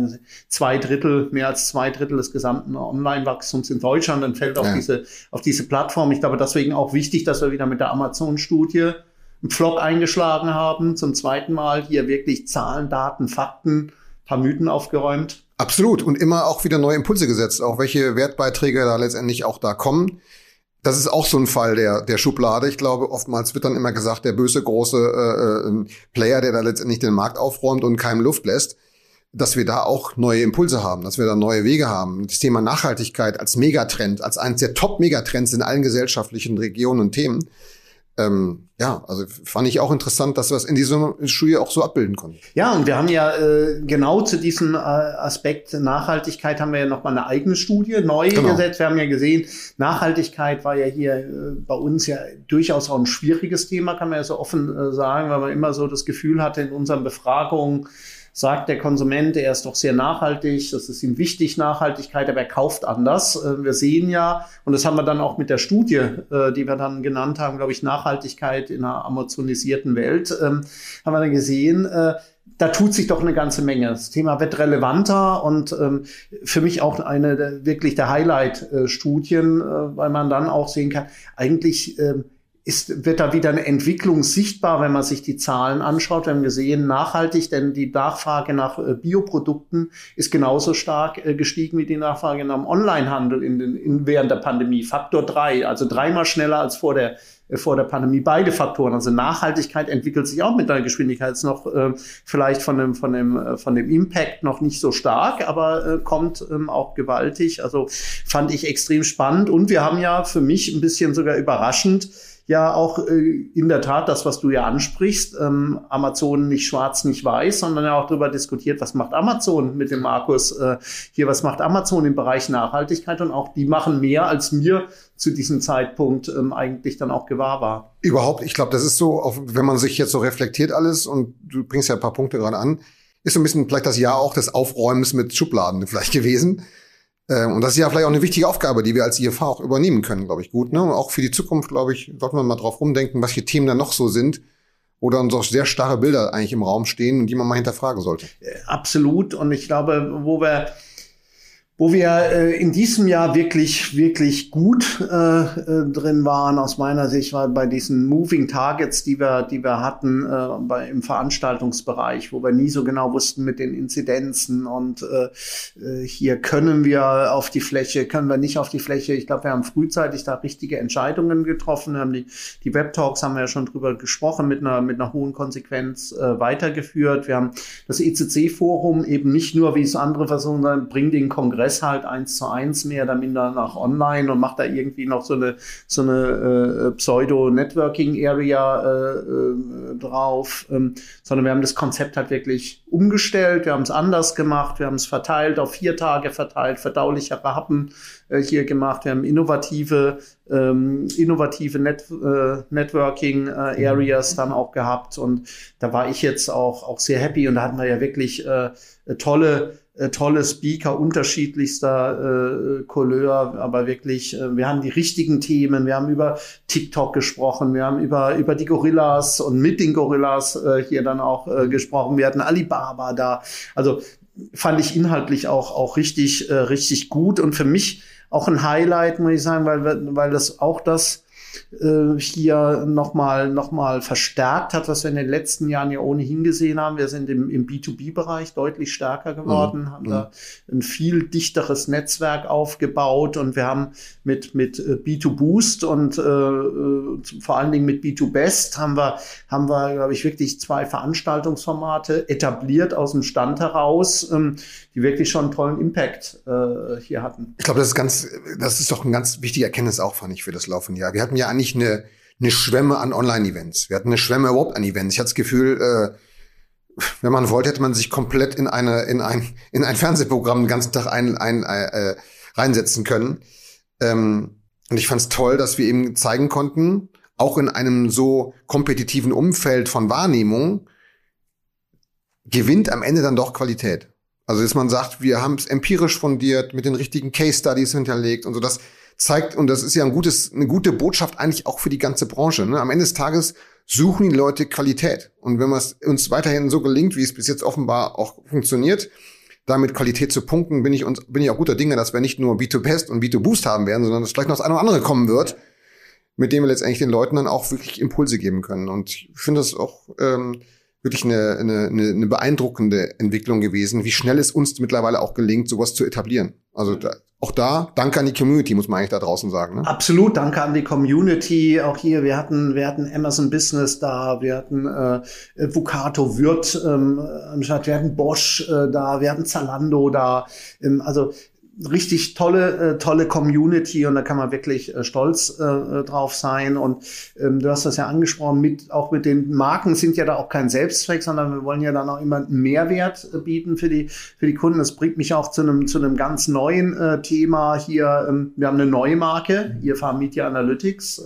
Mehr als 2/3 des gesamten Online-Wachstums in Deutschland entfällt auf diese Plattform. Ich glaube, deswegen auch wichtig, dass wir wieder mit der Amazon-Studie einen Pflock eingeschlagen haben, zum zweiten Mal hier wirklich Zahlen, Daten, Fakten, paar Mythen aufgeräumt. Absolut. Und immer auch wieder neue Impulse gesetzt, auch welche Wertbeiträge da letztendlich auch da kommen. Das ist auch so ein Fall der Schublade. Ich glaube, oftmals wird dann immer gesagt, der böse große Player, der da letztendlich den Markt aufräumt und keinem Luft lässt, dass wir da auch neue Impulse haben, dass wir da neue Wege haben. Das Thema Nachhaltigkeit als Megatrend, als eines der Top-Megatrends in allen gesellschaftlichen Regionen und Themen. Also fand ich auch interessant, dass wir es in dieser Studie auch so abbilden konnten. Ja, und wir haben ja genau zu diesem Aspekt Nachhaltigkeit haben wir ja nochmal eine eigene Studie neu gesetzt. Wir haben ja gesehen, Nachhaltigkeit war ja hier bei uns ja durchaus auch ein schwieriges Thema, kann man ja so offen sagen, weil man immer so das Gefühl hatte in unseren Befragungen, sagt der Konsument, er ist doch sehr nachhaltig, das ist ihm wichtig, Nachhaltigkeit, aber er kauft anders. Wir sehen ja, und das haben wir dann auch mit der Studie, die wir dann genannt haben, glaube ich, Nachhaltigkeit in einer amazonisierten Welt, haben wir dann gesehen, da tut sich doch eine ganze Menge. Das Thema wird relevanter und für mich auch eine wirklich der Highlight-Studien, weil man dann auch sehen kann, eigentlich wird da wieder eine Entwicklung sichtbar, wenn man sich die Zahlen anschaut. Wir haben gesehen, nachhaltig, denn die Nachfrage nach Bioprodukten ist genauso stark gestiegen wie die Nachfrage nach dem Onlinehandel während der Pandemie. Faktor 3, also 3-mal schneller als vor der Pandemie. Beide Faktoren. Also Nachhaltigkeit entwickelt sich auch mit einer Geschwindigkeit jetzt noch vielleicht von dem Impact noch nicht so stark, aber kommt auch gewaltig. Also fand ich extrem spannend. Und wir haben ja für mich ein bisschen sogar überraschend ja auch in der Tat das, was du ja ansprichst, Amazon nicht schwarz, nicht weiß, sondern ja auch darüber diskutiert, was macht Amazon mit dem Markus hier, was macht Amazon im Bereich Nachhaltigkeit, und auch die machen mehr, als mir zu diesem Zeitpunkt eigentlich dann auch gewahr war. Überhaupt, ich glaube, das ist so, auch wenn man sich jetzt so reflektiert alles, und du bringst ja ein paar Punkte gerade an, ist so ein bisschen vielleicht das Jahr auch des Aufräumens mit Schubladen vielleicht gewesen. Und das ist ja vielleicht auch eine wichtige Aufgabe, die wir als IFH auch übernehmen können, glaube ich, gut. Ne? Und auch für die Zukunft, glaube ich, sollten wir mal drauf rumdenken, was für Themen da noch so sind, wo dann so sehr starre Bilder eigentlich im Raum stehen, die man mal hinterfragen sollte. Absolut. Und ich glaube, wo wir in diesem Jahr wirklich, wirklich gut drin waren, aus meiner Sicht, war bei diesen Moving Targets, die wir hatten im Veranstaltungsbereich, wo wir nie so genau wussten mit den Inzidenzen und hier können wir auf die Fläche, können wir nicht auf die Fläche. Ich glaube, wir haben frühzeitig da richtige Entscheidungen getroffen. Wir haben die Webtalks, haben wir ja schon drüber gesprochen, mit einer hohen Konsequenz weitergeführt. Wir haben das ECC-Forum eben nicht nur, wie es andere versuchen, bringen den Kongress Kongress halt 1:1 mehr oder minder nach online und mache da irgendwie noch so eine Pseudo-Networking-Area drauf, sondern wir haben das Konzept halt wirklich umgestellt, wir haben es anders gemacht, wir haben es verteilt, auf 4 Tage verteilt, verdaulichere Happen hier gemacht, wir haben innovative Networking-Areas dann auch gehabt und da war ich jetzt auch sehr happy und da hatten wir ja wirklich tolle Speaker unterschiedlichster Couleur, aber wirklich, wir haben die richtigen Themen, wir haben über TikTok gesprochen, wir haben über die Gorillas und mit den Gorillas hier dann auch gesprochen, wir hatten Alibaba da, also fand ich inhaltlich auch richtig gut und für mich auch ein Highlight, muss ich sagen, weil das auch das hier nochmal verstärkt hat, was wir in den letzten Jahren ja ohnehin gesehen haben. Wir sind im B2B-Bereich deutlich stärker geworden, haben da ein viel dichteres Netzwerk aufgebaut und wir haben mit B2Boost und vor allen Dingen mit B2Best haben wir, glaube ich, wirklich 2 Veranstaltungsformate etabliert aus dem Stand heraus, die wirklich schon einen tollen Impact hier hatten. Ich glaube, das ist doch ein ganz wichtiger Erkenntnis auch, fand ich, für das laufende Jahr. Wir hatten ja eigentlich eine Schwemme an Online-Events. Wir hatten eine Schwemme überhaupt an Events. Ich hatte das Gefühl, wenn man wollte, hätte man sich komplett in ein Fernsehprogramm den ganzen Tag reinsetzen können. Und ich fand es toll, dass wir eben zeigen konnten, auch in einem so kompetitiven Umfeld von Wahrnehmung, gewinnt am Ende dann doch Qualität. Also, dass man sagt, wir haben es empirisch fundiert, mit den richtigen Case Studies hinterlegt und so. Das zeigt, und das ist ja eine gute Botschaft eigentlich auch für die ganze Branche. Ne? Am Ende des Tages suchen die Leute Qualität. Und wenn es uns weiterhin so gelingt, wie es bis jetzt offenbar auch funktioniert, damit Qualität zu punkten, bin ich auch guter Dinge, dass wir nicht nur B2Best und B2Boost haben werden, sondern dass vielleicht noch das eine oder andere kommen wird, mit dem wir letztendlich den Leuten dann auch wirklich Impulse geben können. Und ich finde das auch wirklich eine beeindruckende Entwicklung gewesen, wie schnell es uns mittlerweile auch gelingt, sowas zu etablieren. Also auch da, danke an die Community, muss man eigentlich da draußen sagen. Ne? Absolut, danke an die Community. Auch hier, wir hatten Amazon Business da, wir hatten Vukato Würth wir hatten Bosch da, wir hatten Zalando da. Also richtig tolle Community und da kann man wirklich stolz drauf sein und du hast das ja angesprochen, auch mit den Marken sind ja da auch kein Selbstzweck, sondern wir wollen ja dann auch immer einen Mehrwert bieten für die Kunden. Das bringt mich auch zu einem ganz neuen Thema hier. Wir haben eine neue Marke, IFH Media Analytics.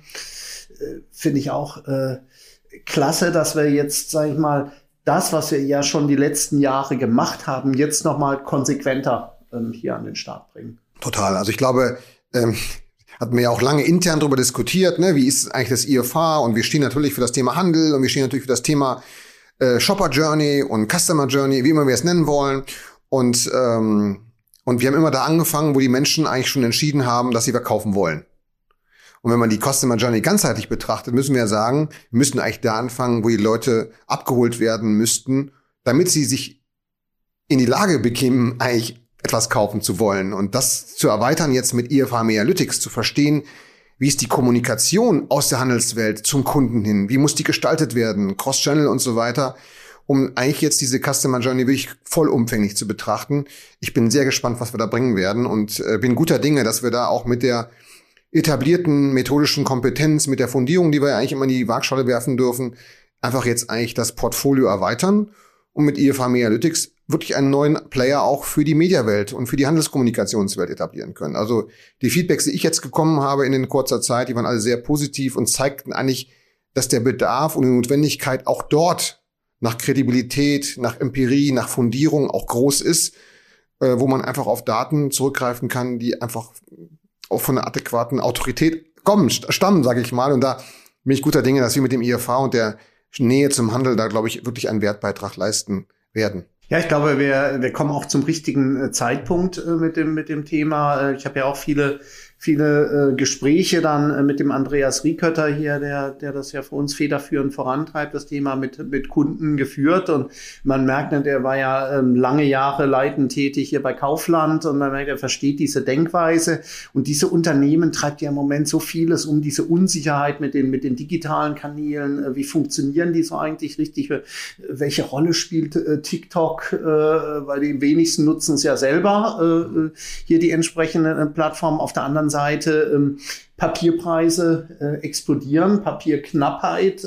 Finde ich auch klasse, dass wir jetzt, sage ich mal, das, was wir ja schon die letzten Jahre gemacht haben, jetzt noch mal konsequenter hier an den Start bringen. Total. Also ich glaube, hatten wir ja auch lange intern darüber diskutiert, ne? Wie ist eigentlich das IFH? Und wir stehen natürlich für das Thema Handel und wir stehen natürlich für das Thema Shopper Journey und Customer Journey, wie immer wir es nennen wollen. Und wir haben immer da angefangen, wo die Menschen eigentlich schon entschieden haben, dass sie verkaufen wollen. Und wenn man die Customer Journey ganzheitlich betrachtet, müssen wir ja sagen, wir müssen eigentlich da anfangen, wo die Leute abgeholt werden müssten, damit sie sich in die Lage bekämen, eigentlich etwas kaufen zu wollen. Und das zu erweitern jetzt mit IFH Media Analytics, zu verstehen, wie ist die Kommunikation aus der Handelswelt zum Kunden hin, wie muss die gestaltet werden, Cross-Channel und so weiter, um eigentlich jetzt diese Customer Journey wirklich vollumfänglich zu betrachten. Ich bin sehr gespannt, was wir da bringen werden und bin guter Dinge, dass wir da auch mit der etablierten methodischen Kompetenz, mit der Fundierung, die wir ja eigentlich immer in die Waagschale werfen dürfen, einfach jetzt eigentlich das Portfolio erweitern und mit IFH Media Analytics wirklich einen neuen Player auch für die Mediawelt und für die Handelskommunikationswelt etablieren können. Also die Feedbacks, die ich jetzt bekommen habe in kurzer Zeit, die waren alle sehr positiv und zeigten eigentlich, dass der Bedarf und die Notwendigkeit auch dort nach Kredibilität, nach Empirie, nach Fundierung auch groß ist, wo man einfach auf Daten zurückgreifen kann, die einfach auch von einer adäquaten Autorität stammen, sage ich mal. Und da bin ich guter Dinge, dass wir mit dem IFH und der Nähe zum Handel da, glaube ich, wirklich einen Wertbeitrag leisten werden. Ja, ich glaube, wir kommen auch zum richtigen Zeitpunkt mit dem Thema. Ich habe ja auch viele Gespräche dann mit dem Andreas Riekötter hier, der das ja für uns federführend vorantreibt, das Thema mit Kunden geführt. Und man merkt, der war ja lange Jahre leitend tätig hier bei Kaufland und man merkt, er versteht diese Denkweise. Und diese Unternehmen treibt ja im Moment so vieles um diese Unsicherheit mit den digitalen Kanälen. Wie funktionieren die so eigentlich richtig? Welche Rolle spielt TikTok? Weil die wenigsten nutzen es ja selber, hier die entsprechenden Plattformen. Auf der anderen Seite Papierpreise explodieren, Papierknappheit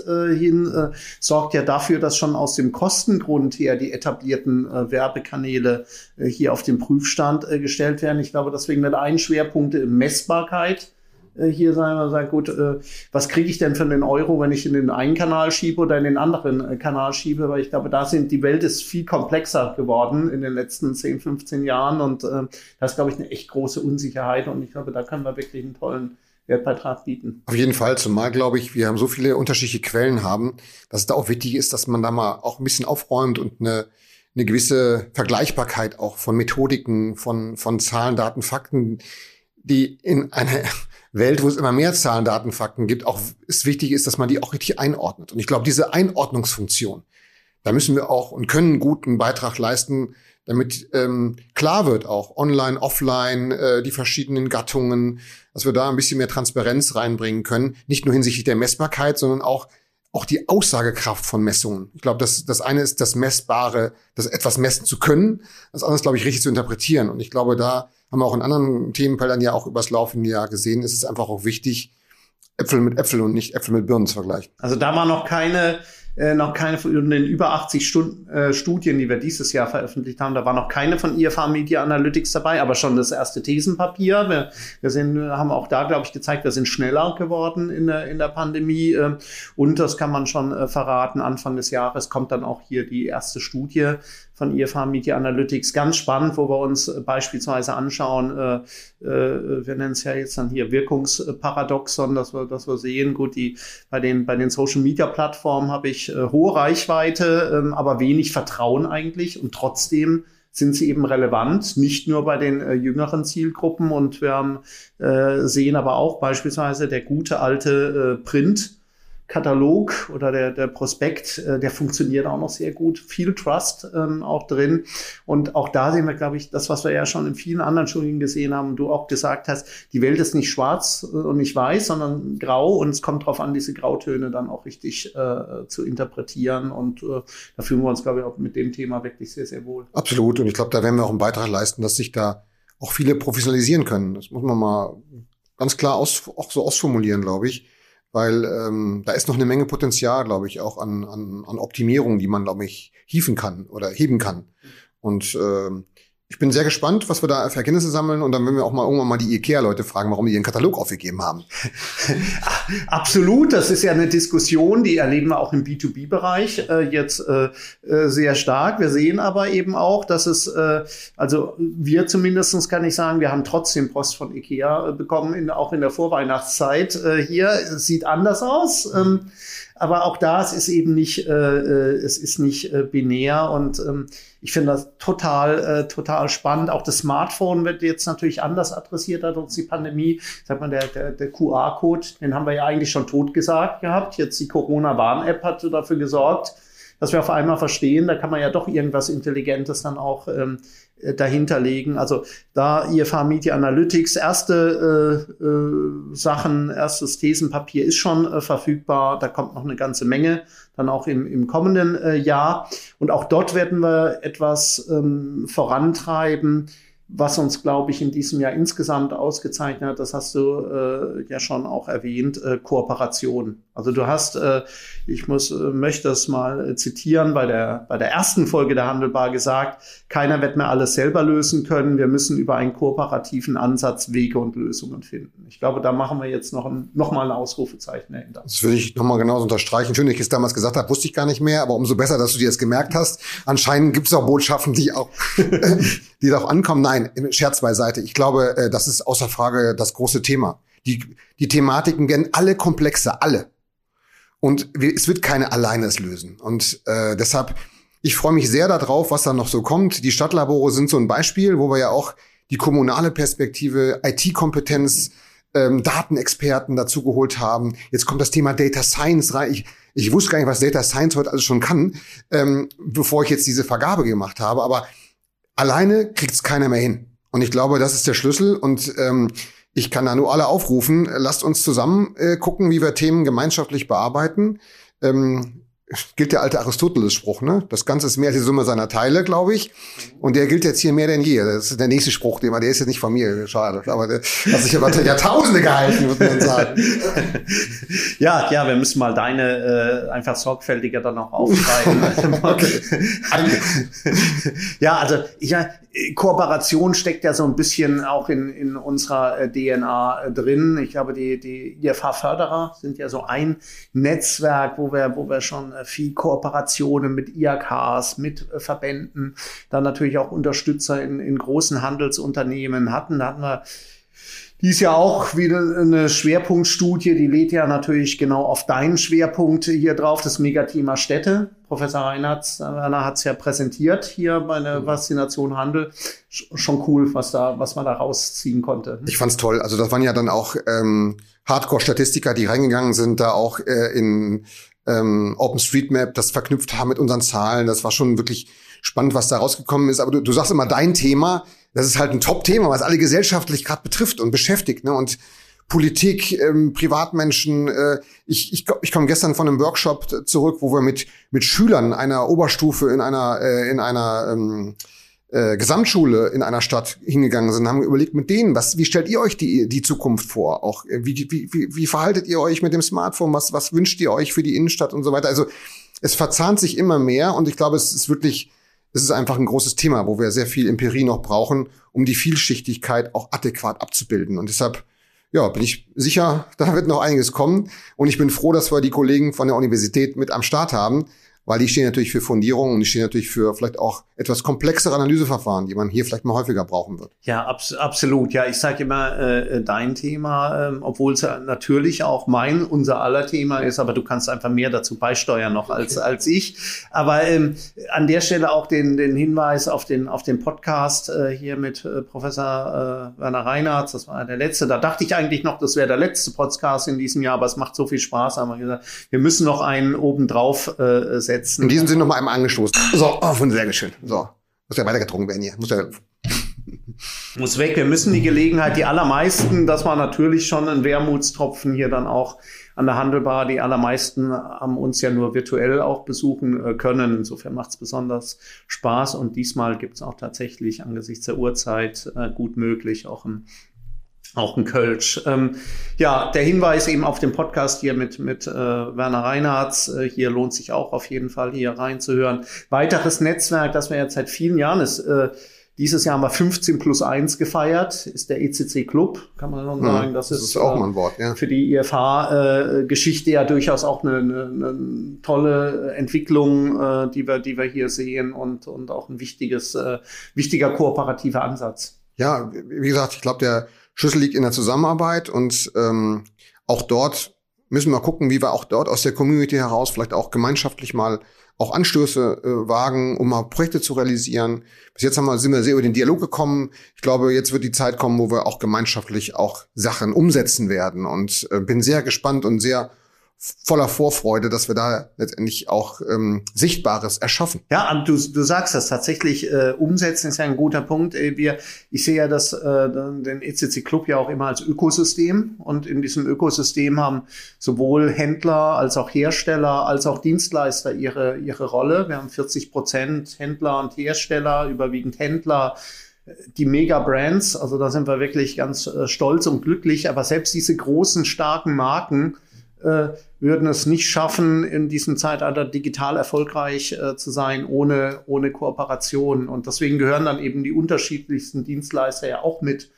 sorgt ja dafür, dass schon aus dem Kostengrund her die etablierten Werbekanäle hier auf den Prüfstand gestellt werden. Ich glaube, deswegen wird ein Schwerpunkt Messbarkeit hier sein. Man sagt, gut, was kriege ich denn für den Euro, wenn ich in den einen Kanal schiebe oder in den anderen Kanal schiebe? Weil ich glaube, die Welt ist viel komplexer geworden in den letzten 10, 15 Jahren und da ist, glaube ich, eine echt große Unsicherheit und ich glaube, da können wir wirklich einen tollen Wertbeitrag bieten. Auf jeden Fall, zumal, glaube ich, wir haben so viele unterschiedliche Quellen haben, dass es da auch wichtig ist, dass man da mal auch ein bisschen aufräumt und eine gewisse Vergleichbarkeit auch von Methodiken, von Zahlen, Daten, Fakten, die in einer Welt, wo es immer mehr Zahlen, Daten, Fakten gibt, auch es wichtig ist, dass man die auch richtig einordnet. Und ich glaube, diese Einordnungsfunktion, da müssen wir auch und können einen guten Beitrag leisten, damit klar wird auch online, offline, die verschiedenen Gattungen, dass wir da ein bisschen mehr Transparenz reinbringen können. Nicht nur hinsichtlich der Messbarkeit, sondern auch die Aussagekraft von Messungen. Ich glaube, das eine ist das Messbare, das etwas messen zu können. Das andere ist, glaube ich, richtig zu interpretieren. Und ich glaube, da haben wir auch in anderen Themenfeldern ja auch übers laufende Jahr gesehen, ist es einfach auch wichtig, Äpfel mit Äpfel und nicht Äpfel mit Birnen zu vergleichen. Also da war noch keine von den über 80 Studien, die wir dieses Jahr veröffentlicht haben, da war noch keine von IFH Media Analytics dabei, aber schon das erste Thesenpapier. Wir haben auch da, glaube ich, gezeigt, wir sind schneller geworden in der Pandemie. Und das kann man schon verraten, Anfang des Jahres kommt dann auch hier die erste Studie von IFH Media Analytics. Ganz spannend, wo wir uns beispielsweise anschauen, wir nennen es ja jetzt dann hier Wirkungsparadoxon, dass wir sehen, gut, bei den Social Media Plattformen habe ich hohe Reichweite, aber wenig Vertrauen eigentlich und trotzdem sind sie eben relevant, nicht nur bei den jüngeren Zielgruppen und wir sehen aber auch beispielsweise der gute alte Print-Katalog oder der Prospekt, der funktioniert auch noch sehr gut. Viel Trust auch drin. Und auch da sehen wir, glaube ich, das, was wir ja schon in vielen anderen Studien gesehen haben, du auch gesagt hast, die Welt ist nicht schwarz und nicht weiß, sondern grau. Und es kommt darauf an, diese Grautöne dann auch richtig zu interpretieren. Und da fühlen wir uns, glaube ich, auch mit dem Thema wirklich sehr, sehr wohl. Absolut. Und ich glaube, da werden wir auch einen Beitrag leisten, dass sich da auch viele professionalisieren können. Das muss man mal ganz klar auch so ausformulieren, glaube ich. Weil da ist noch eine Menge Potenzial, glaube ich, auch an Optimierungen, die man, glaube ich, heben kann. Und ich bin sehr gespannt, was wir da für Erkenntnisse sammeln. Und dann werden wir auch mal irgendwann mal die IKEA-Leute fragen, warum die ihren Katalog aufgegeben haben. Absolut, das ist ja eine Diskussion, die erleben wir auch im B2B-Bereich jetzt sehr stark. Wir sehen aber eben auch, dass es, also wir zumindestens kann ich sagen, wir haben trotzdem Post von IKEA bekommen, auch in der Vorweihnachtszeit. Hier sieht anders aus. Aber auch da, es ist eben nicht, binär und ich finde das total spannend. Auch das Smartphone wird jetzt natürlich anders adressiert durch die Pandemie. Sagt man, der QR-Code, den haben wir ja eigentlich schon totgesagt gehabt. Jetzt die Corona-Warn-App hat dafür gesorgt, dass wir auf einmal verstehen, da kann man ja doch irgendwas Intelligentes dann auch dahinter legen. Also da IFH Media Analytics, erstes Thesenpapier ist schon verfügbar. Da kommt noch eine ganze Menge, dann auch im kommenden Jahr. Und auch dort werden wir etwas vorantreiben, was uns, glaube ich, in diesem Jahr insgesamt ausgezeichnet hat, das hast du ja schon auch erwähnt, Kooperation. Also du hast, möchte es mal zitieren, bei der ersten Folge der Handelbar gesagt, keiner wird mehr alles selber lösen können. Wir müssen über einen kooperativen Ansatz Wege und Lösungen finden. Ich glaube, da machen wir jetzt noch mal ein Ausrufezeichen dahinter. Das würde ich noch mal genauso unterstreichen. Schön, dass ich es damals gesagt habe, wusste ich gar nicht mehr, aber umso besser, dass du dir das gemerkt hast. Anscheinend gibt es auch Botschaften, die auch ankommen. Nein, Scherz beiseite. Ich glaube, das ist außer Frage das große Thema. Die Thematiken werden alle komplexer, alle. Und es wird keine alleine es lösen. Und deshalb, ich freue mich sehr darauf, was da noch so kommt. Die Stadtlabore sind so ein Beispiel, wo wir ja auch die kommunale Perspektive, IT-Kompetenz Datenexperten dazu geholt haben. Jetzt kommt das Thema Data Science rein. Ich wusste gar nicht, was Data Science heute alles schon kann, bevor ich jetzt diese Vergabe gemacht habe. Aber alleine kriegt es keiner mehr hin. Und ich glaube, das ist der Schlüssel. Und ich kann da nur alle aufrufen, lasst uns zusammen gucken, wie wir Themen gemeinschaftlich bearbeiten. Gilt der alte Aristoteles-Spruch, ne? Das Ganze ist mehr als die Summe seiner Teile, glaube ich. Und der gilt jetzt hier mehr denn je. Das ist der nächste Spruch, der ist jetzt nicht von mir, schade. Aber der hat sich aber Jahrtausende gehalten, würde man sagen. Ja, wir müssen mal deine einfach sorgfältiger dann auch aufschreiben. Okay. Ja, also Kooperation steckt ja so ein bisschen auch in unserer DNA drin. Ich glaube, die IFH-Förderer sind ja so ein Netzwerk, wo wir schon viel Kooperationen mit IHKs, mit Verbänden, dann natürlich auch Unterstützer in großen Handelsunternehmen hatten. Da hatten wir dies Jahr auch wieder eine Schwerpunktstudie, die lädt ja natürlich genau auf deinen Schwerpunkt hier drauf, das Megathema Städte. Professor Werner hat es ja präsentiert hier bei der Faszination Handel. Schon cool, was man da rausziehen konnte. Ich fand's toll. Also das waren ja dann auch Hardcore-Statistiker, die reingegangen sind, da auch in OpenStreetMap das verknüpft haben mit unseren Zahlen. Das war schon wirklich spannend, was da rausgekommen ist. Aber du sagst immer, dein Thema, das ist halt ein Top-Thema, was alle gesellschaftlich gerade betrifft und beschäftigt, ne? Und Politik, Privatmenschen. Ich komme gestern von einem Workshop zurück, wo wir mit Schülern einer Oberstufe in einer Gesamtschule in einer Stadt hingegangen sind, haben überlegt mit denen, wie stellt ihr euch die Zukunft vor? Auch wie verhaltet ihr euch mit dem Smartphone? Was wünscht ihr euch für die Innenstadt und so weiter? Also es verzahnt sich immer mehr und ich glaube, es ist einfach ein großes Thema, wo wir sehr viel Empirie noch brauchen, um die Vielschichtigkeit auch adäquat abzubilden. Und deshalb, bin ich sicher, da wird noch einiges kommen. Und ich bin froh, dass wir die Kollegen von der Universität mit am Start haben, weil die stehen natürlich für Fundierung und die stehen natürlich für vielleicht auch etwas komplexere Analyseverfahren, die man hier vielleicht mal häufiger brauchen wird. Ja, absolut. Ja, ich sage immer, dein Thema, obwohl es natürlich auch unser aller Thema ist, aber du kannst einfach mehr dazu beisteuern noch als ich. Aber an der Stelle auch den Hinweis auf den Podcast hier mit Professor Werner Reinhardt, das war der letzte. Da dachte ich eigentlich noch, das wäre der letzte Podcast in diesem Jahr, aber es macht so viel Spaß, haben wir gesagt, wir müssen noch einen obendrauf setzen. In diesem Sinne noch mal einmal angestoßen. So, sehr schön. So, muss ja weitergetrunken werden hier. Muss weg. Wir müssen die Gelegenheit, die allermeisten, das war natürlich schon ein Wermutstropfen hier dann auch an der Handelbar, die allermeisten haben uns ja nur virtuell auch besuchen können. Insofern macht es besonders Spaß und diesmal gibt es auch tatsächlich angesichts der Uhrzeit gut möglich auch ein Kölsch. Der Hinweis eben auf den Podcast hier mit Werner Reinhardt. Hier lohnt sich auch auf jeden Fall hier reinzuhören. Weiteres Netzwerk, das wir jetzt seit vielen Jahren ist, dieses Jahr haben wir 15+1 gefeiert, ist der ECC Club, kann man schon sagen. Das ist auch mal ein Wort, ja. Für die IFH-Geschichte ja durchaus auch eine tolle Entwicklung, die wir hier sehen und auch ein wichtiger kooperativer Ansatz. Ja, wie gesagt, ich glaube, der Schlüssel liegt in der Zusammenarbeit und auch dort müssen wir gucken, wie wir auch dort aus der Community heraus vielleicht auch gemeinschaftlich mal auch Anstöße wagen, um mal Projekte zu realisieren. Bis jetzt sind wir sehr über den Dialog gekommen. Ich glaube, jetzt wird die Zeit kommen, wo wir auch gemeinschaftlich auch Sachen umsetzen werden und bin sehr gespannt und sehr voller Vorfreude, dass wir da letztendlich auch Sichtbares erschaffen. Ja, und du sagst das tatsächlich, umsetzen ist ja ein guter Punkt. Ich sehe ja den ECC Club ja auch immer als Ökosystem und in diesem Ökosystem haben sowohl Händler als auch Hersteller als auch Dienstleister ihre Rolle. Wir haben 40% Händler und Hersteller, überwiegend Händler, die Mega-Brands, also da sind wir wirklich ganz stolz und glücklich, aber selbst diese großen, starken Marken würden es nicht schaffen, in diesem Zeitalter digital erfolgreich zu sein, ohne Kooperation. Und deswegen gehören dann eben die unterschiedlichsten Dienstleister ja auch mit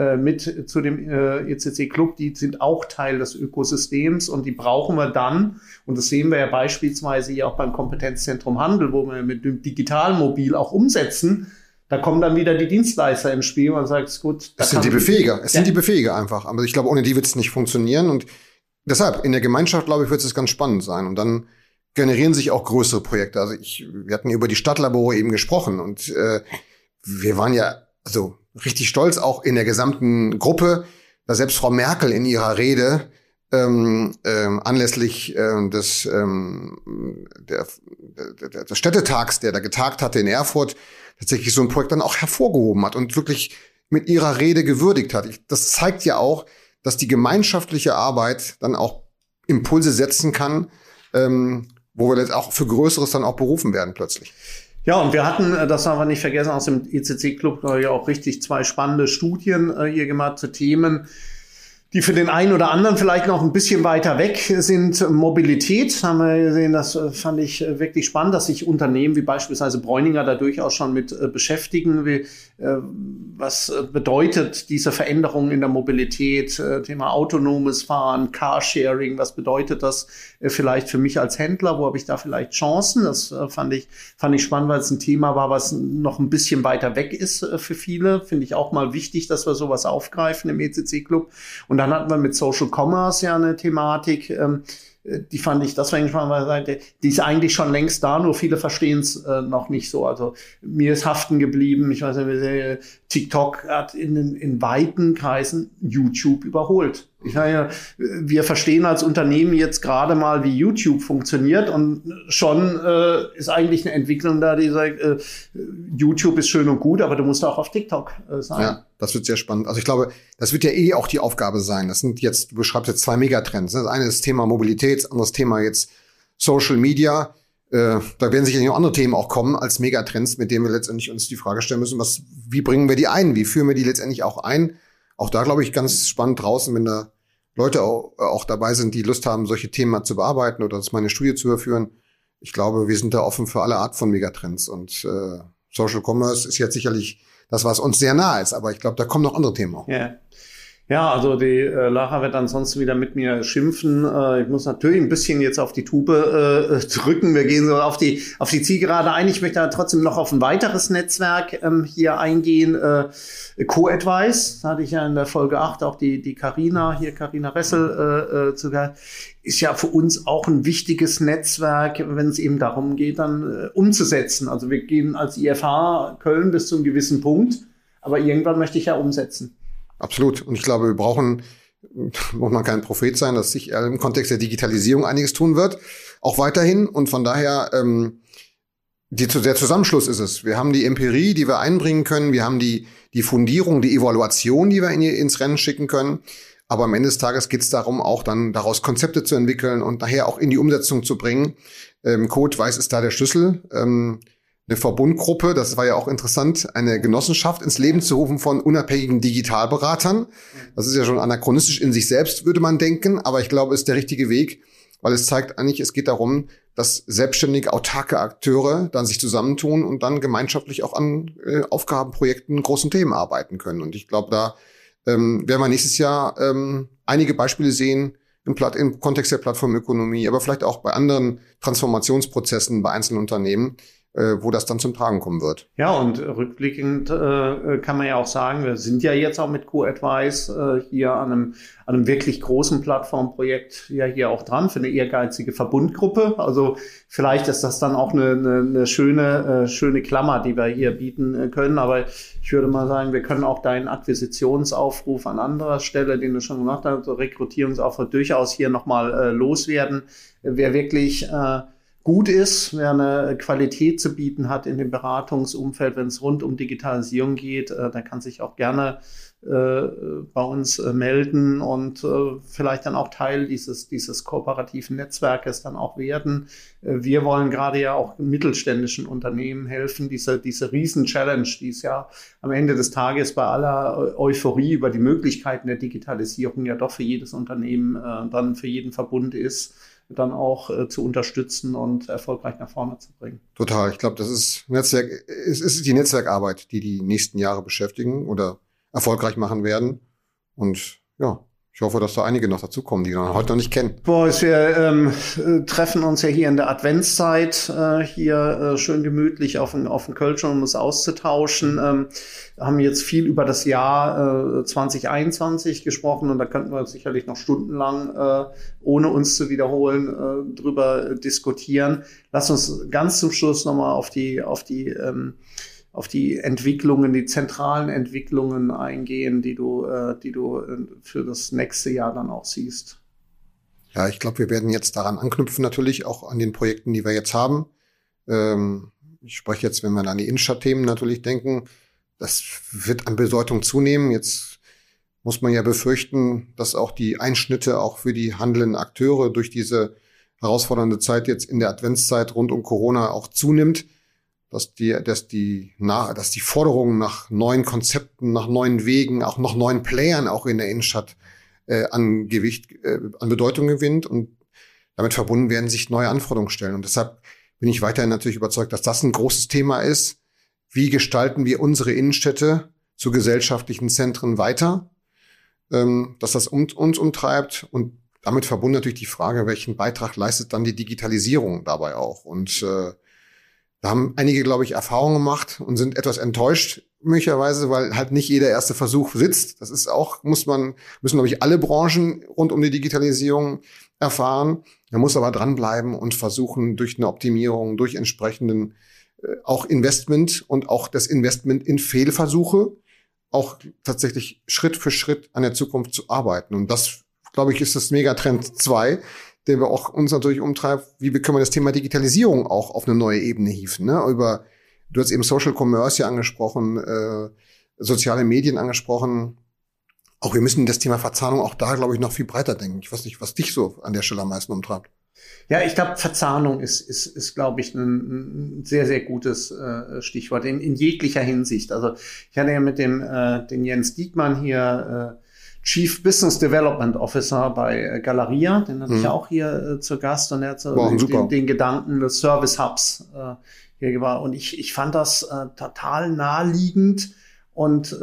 zu dem ECC Club. Die sind auch Teil des Ökosystems und die brauchen wir dann. Und das sehen wir ja beispielsweise hier auch beim Kompetenzzentrum Handel, wo wir mit dem Digitalmobil auch umsetzen. Da kommen dann wieder die Dienstleister ins Spiel und man sagt, gut. Es sind die Befähiger. Es sind die Befähiger einfach. Aber ich glaube, ohne die wird es nicht funktionieren. Und deshalb, in der Gemeinschaft, glaube ich, wird es ganz spannend sein. Und dann generieren sich auch größere Projekte. Also wir hatten über die Stadtlabore eben gesprochen. Und wir waren ja richtig stolz, auch in der gesamten Gruppe, dass selbst Frau Merkel in ihrer Rede anlässlich des Städtetags, der da getagt hatte in Erfurt, tatsächlich so ein Projekt dann auch hervorgehoben hat und wirklich mit ihrer Rede gewürdigt hat. Das zeigt ja auch, dass die gemeinschaftliche Arbeit dann auch Impulse setzen kann, wo wir jetzt auch für Größeres dann auch berufen werden plötzlich. Ja, und wir hatten, das haben wir nicht vergessen, aus dem ECC-Club ja auch richtig 2 spannende Studien hier gemacht zu Themen, die für den einen oder anderen vielleicht noch ein bisschen weiter weg sind. Mobilität haben wir gesehen, das fand ich wirklich spannend, dass sich Unternehmen wie beispielsweise Bräuninger da durchaus schon mit beschäftigen. Was bedeutet diese Veränderung in der Mobilität? Thema autonomes Fahren, Carsharing, was bedeutet das vielleicht für mich als Händler? Wo habe ich da vielleicht Chancen? Das fand ich spannend, weil es ein Thema war, was noch ein bisschen weiter weg ist für viele. Finde ich auch mal wichtig, dass wir sowas aufgreifen im ECC-Club. Und dann hatten wir mit Social Commerce ja eine Thematik, die fand ich, das war eigentlich mal, die ist eigentlich schon längst da, nur viele verstehen es noch nicht so. Also mir ist haften geblieben, ich weiß nicht, TikTok hat in weiten Kreisen YouTube überholt. Ich sage, wir verstehen als Unternehmen jetzt gerade mal, wie YouTube funktioniert und schon ist eigentlich eine Entwicklung da, die sagt, YouTube ist schön und gut, aber du musst auch auf TikTok sein. Ja, das wird sehr spannend. Also ich glaube, das wird ja auch die Aufgabe sein. Das sind jetzt, du beschreibst jetzt 2 Megatrends. Das eine ist das Thema Mobilität, das andere das Thema jetzt Social Media. Da werden sicherlich noch andere Themen auch kommen als Megatrends, mit denen wir letztendlich uns die Frage stellen müssen, wie bringen wir die ein? Wie führen wir die letztendlich auch ein? Auch da, glaube ich, ganz spannend draußen, wenn da Leute auch dabei sind, die Lust haben, solche Themen mal zu bearbeiten oder das mal eine Studie zu überführen. Ich glaube, wir sind da offen für alle Art von Megatrends. Und Social Commerce ist jetzt sicherlich das, was uns sehr nahe ist. Aber ich glaube, da kommen noch andere Themen auch. Yeah. Ja, also die Lara wird ansonsten wieder mit mir schimpfen. Ich muss natürlich ein bisschen jetzt auf die Tube drücken. Wir gehen so auf die Zielgerade ein. Ich möchte da trotzdem noch auf ein weiteres Netzwerk hier eingehen. Co-Advice, da hatte ich ja in der Folge 8 auch die Carina Ressel zu gehört. Ist ja für uns auch ein wichtiges Netzwerk, wenn es eben darum geht, dann umzusetzen. Also wir gehen als IFH Köln bis zu einem gewissen Punkt, aber irgendwann möchte ich ja umsetzen. Absolut. Und ich glaube, muss man kein Prophet sein, dass sich im Kontext der Digitalisierung einiges tun wird, auch weiterhin. Und von daher, der Zusammenschluss ist es. Wir haben die Empirie, die wir einbringen können. Wir haben die Fundierung, die Evaluation, die wir ins Rennen schicken können. Aber am Ende des Tages geht es darum, auch dann daraus Konzepte zu entwickeln und nachher auch in die Umsetzung zu bringen. Co-Advice ist da der Schlüssel. Eine Verbundgruppe, das war ja auch interessant, eine Genossenschaft ins Leben zu rufen von unabhängigen Digitalberatern. Das ist ja schon anachronistisch in sich selbst, würde man denken, aber ich glaube, es ist der richtige Weg, weil es zeigt eigentlich, es geht darum, dass selbstständige, autarke Akteure dann sich zusammentun und dann gemeinschaftlich auch an Aufgaben, Projekten, großen Themen arbeiten können. Und ich glaube, da werden wir nächstes Jahr einige Beispiele sehen im Kontext der Plattformökonomie, aber vielleicht auch bei anderen Transformationsprozessen bei einzelnen Unternehmen, wo das dann zum Tragen kommen wird. Ja, und rückblickend kann man ja auch sagen, wir sind ja jetzt auch mit Co-Advice hier an einem wirklich großen Plattformprojekt ja hier auch dran für eine ehrgeizige Verbundgruppe. Also vielleicht ist das dann auch eine schöne Klammer, die wir hier bieten können. Aber ich würde mal sagen, wir können auch deinen Akquisitionsaufruf an anderer Stelle, den du schon gemacht hast, so Rekrutierungsaufruf durchaus hier nochmal loswerden. Wer wirklich gut ist, wer eine Qualität zu bieten hat in dem Beratungsumfeld, wenn es rund um Digitalisierung geht, der kann sich auch gerne bei uns melden und vielleicht dann auch Teil dieses kooperativen Netzwerkes dann auch werden. Wir wollen gerade ja auch mittelständischen Unternehmen helfen, diese Riesen-Challenge, die es ja am Ende des Tages bei aller Euphorie über die Möglichkeiten der Digitalisierung ja doch für jedes Unternehmen dann für jeden Verbund ist, dann auch zu unterstützen und erfolgreich nach vorne zu bringen. Total. Ich glaube, das ist es ist die Netzwerkarbeit, die nächsten Jahre beschäftigen oder erfolgreich machen werden. Und ja, ich hoffe, dass da einige noch dazukommen, die wir heute noch nicht kennen. Boris, wir treffen uns ja hier in der Adventszeit, hier schön gemütlich auf dem Kölsch, um uns auszutauschen. Haben jetzt viel über das Jahr 2021 gesprochen und da könnten wir sicherlich noch stundenlang, ohne uns zu wiederholen, drüber diskutieren. Lass uns ganz zum Schluss nochmal auf die Entwicklungen, die zentralen Entwicklungen eingehen, die du für das nächste Jahr dann auch siehst. Ja, ich glaube, wir werden jetzt daran anknüpfen, natürlich auch an den Projekten, die wir jetzt haben. Ich spreche jetzt, wenn wir an die Innenstadtthemen natürlich denken, das wird an Bedeutung zunehmen. Jetzt muss man ja befürchten, dass auch die Einschnitte auch für die handelnden Akteure durch diese herausfordernde Zeit jetzt in der Adventszeit rund um Corona auch zunimmt, dass die Forderungen nach neuen Konzepten, nach neuen Wegen, auch noch neuen Playern auch in der Innenstadt an Gewicht, an Bedeutung gewinnt und damit verbunden werden sich neue Anforderungen stellen. Und deshalb bin ich weiterhin natürlich überzeugt, dass das ein großes Thema ist. Wie gestalten wir unsere Innenstädte zu gesellschaftlichen Zentren weiter? Dass das uns umtreibt und damit verbunden natürlich die Frage, welchen Beitrag leistet dann die Digitalisierung dabei auch? Und da haben einige, glaube ich, Erfahrungen gemacht und sind etwas enttäuscht, möglicherweise, weil halt nicht jeder erste Versuch sitzt. Das ist auch, müssen, glaube ich, alle Branchen rund um die Digitalisierung erfahren. Man muss aber dranbleiben und versuchen, durch eine Optimierung, durch entsprechenden auch Investment und auch das Investment in Fehlversuche auch tatsächlich Schritt für Schritt an der Zukunft zu arbeiten. Und das, glaube ich, ist das Megatrend 2, der wir auch uns natürlich umtreibt. Wie können wir das Thema Digitalisierung auch auf eine neue Ebene hieven? Ne? Du hast eben Social Commerce ja angesprochen, soziale Medien angesprochen. Auch wir müssen das Thema Verzahnung auch da, glaube ich, noch viel breiter denken. Ich weiß nicht, was dich so an der Stelle am meisten umtreibt. Ja, ich glaube, Verzahnung ist, glaube ich, ein sehr, sehr gutes Stichwort in jeglicher Hinsicht. Also ich hatte ja mit den Jens Diekmann hier, Chief Business Development Officer bei Galeria, den hatte ich auch hier zu Gast und er hat so den Gedanken des Service Hubs hier war. Und ich fand das total naheliegend und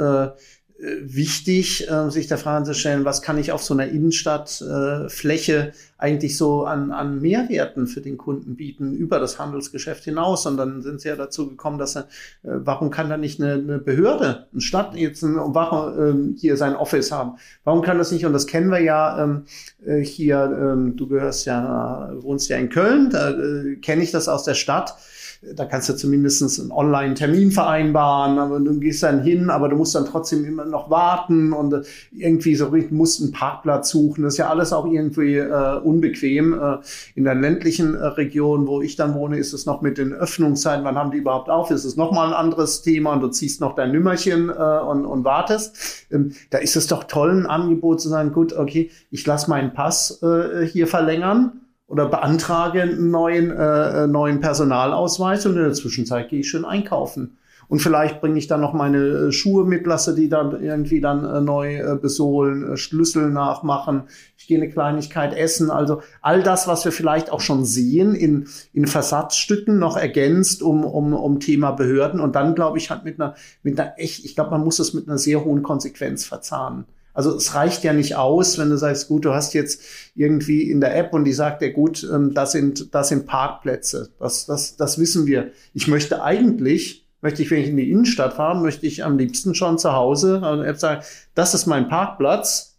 wichtig, sich der Frage zu stellen, was kann ich auf so einer Innenstadtfläche eigentlich so an Mehrwerten für den Kunden bieten über das Handelsgeschäft hinaus. Und dann sind sie ja dazu gekommen, dass warum kann da nicht eine Behörde, eine Stadt jetzt hier sein Office haben? Warum kann das nicht? Und das kennen wir ja hier, du wohnst ja in Köln, da kenne ich das aus der Stadt. Da kannst du zumindest einen Online-Termin vereinbaren, aber du gehst dann hin, aber du musst dann trotzdem immer noch warten und irgendwie musst einen Parkplatz suchen. Das ist ja alles auch irgendwie unbequem. In der ländlichen Region, wo ich dann wohne, ist es noch mit den Öffnungszeiten. Wann haben die überhaupt auf? Ist es nochmal ein anderes Thema und du ziehst noch dein Nümmerchen und wartest. Da ist es doch toll, ein Angebot zu sagen, gut, okay, ich lasse meinen Pass hier verlängern. Oder beantrage einen neuen Personalausweis und in der Zwischenzeit gehe ich schön einkaufen. Und vielleicht bringe ich dann noch meine Schuhe mit, lasse die dann irgendwie neu besohlen, Schlüssel nachmachen. Ich gehe eine Kleinigkeit essen. Also all das, was wir vielleicht auch schon sehen in Versatzstücken, noch ergänzt um Thema Behörden. Und dann, glaube ich, halt ich glaube, man muss es mit einer sehr hohen Konsequenz verzahnen. Also es reicht ja nicht aus, wenn du sagst, gut, du hast jetzt irgendwie in der App und die sagt dir, gut, das sind Parkplätze. Das wissen wir. Wenn ich in die Innenstadt fahre, möchte ich am liebsten schon zu Hause eine App sagen, das ist mein Parkplatz,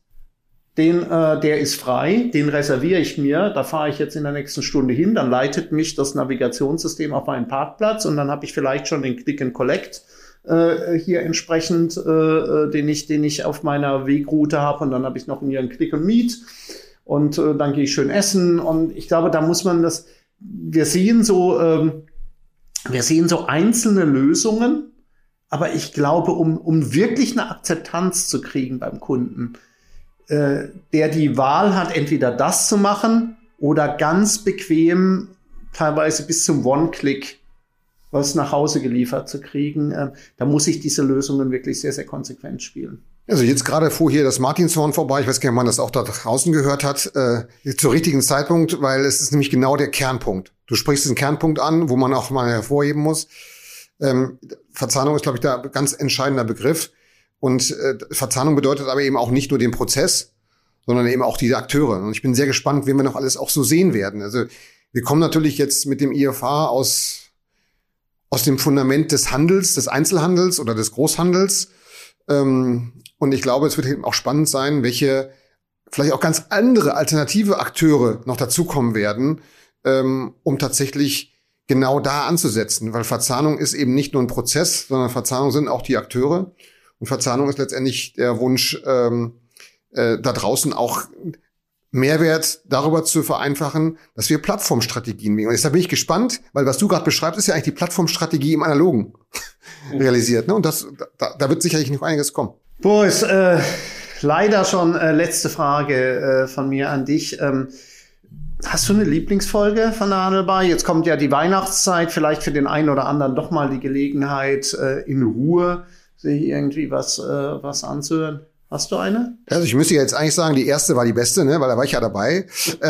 der ist frei, den reserviere ich mir, da fahre ich jetzt in der nächsten Stunde hin, dann leitet mich das Navigationssystem auf meinen Parkplatz und dann habe ich vielleicht schon den Click and Collect hier entsprechend, den ich auf meiner Wegroute habe und dann habe ich noch hier einen Click and Meet und dann gehe ich schön essen und ich glaube, da muss man wir sehen so einzelne Lösungen, aber ich glaube, um wirklich eine Akzeptanz zu kriegen beim Kunden, der die Wahl hat, entweder das zu machen oder ganz bequem teilweise bis zum One-Click was nach Hause geliefert zu kriegen, da muss ich diese Lösungen wirklich sehr, sehr konsequent spielen. Also jetzt gerade fuhr hier das Martinshorn vorbei. Ich weiß gar nicht, ob man das auch da draußen gehört hat, zur richtigen Zeitpunkt, weil es ist nämlich genau der Kernpunkt. Du sprichst den Kernpunkt an, wo man auch mal hervorheben muss. Verzahnung ist, glaube ich, da ein ganz entscheidender Begriff. Und Verzahnung bedeutet aber eben auch nicht nur den Prozess, sondern eben auch die Akteure. Und ich bin sehr gespannt, wen wir noch alles auch so sehen werden. Also wir kommen natürlich jetzt mit dem IFA aus dem Fundament des Handels, des Einzelhandels oder des Großhandels. Und ich glaube, es wird eben auch spannend sein, welche vielleicht auch ganz andere alternative Akteure noch dazukommen werden, um tatsächlich genau da anzusetzen, weil Verzahnung ist eben nicht nur ein Prozess, sondern Verzahnung sind auch die Akteure. Und Verzahnung ist letztendlich der Wunsch, da draußen auch Mehrwert darüber zu vereinfachen, dass wir Plattformstrategien wählen. Und deshalb bin ich gespannt, weil was du gerade beschreibst, ist ja eigentlich die Plattformstrategie im Analogen realisiert. Ne? Und da wird sicherlich noch einiges kommen. Boris, leider schon letzte Frage von mir an dich. Hast du eine Lieblingsfolge von der Handelbar? Jetzt kommt ja die Weihnachtszeit, vielleicht für den einen oder anderen doch mal die Gelegenheit, in Ruhe sich irgendwie was anzuhören. Hast du eine? Also ich müsste jetzt eigentlich sagen, die erste war die beste, ne, weil da war ich ja dabei.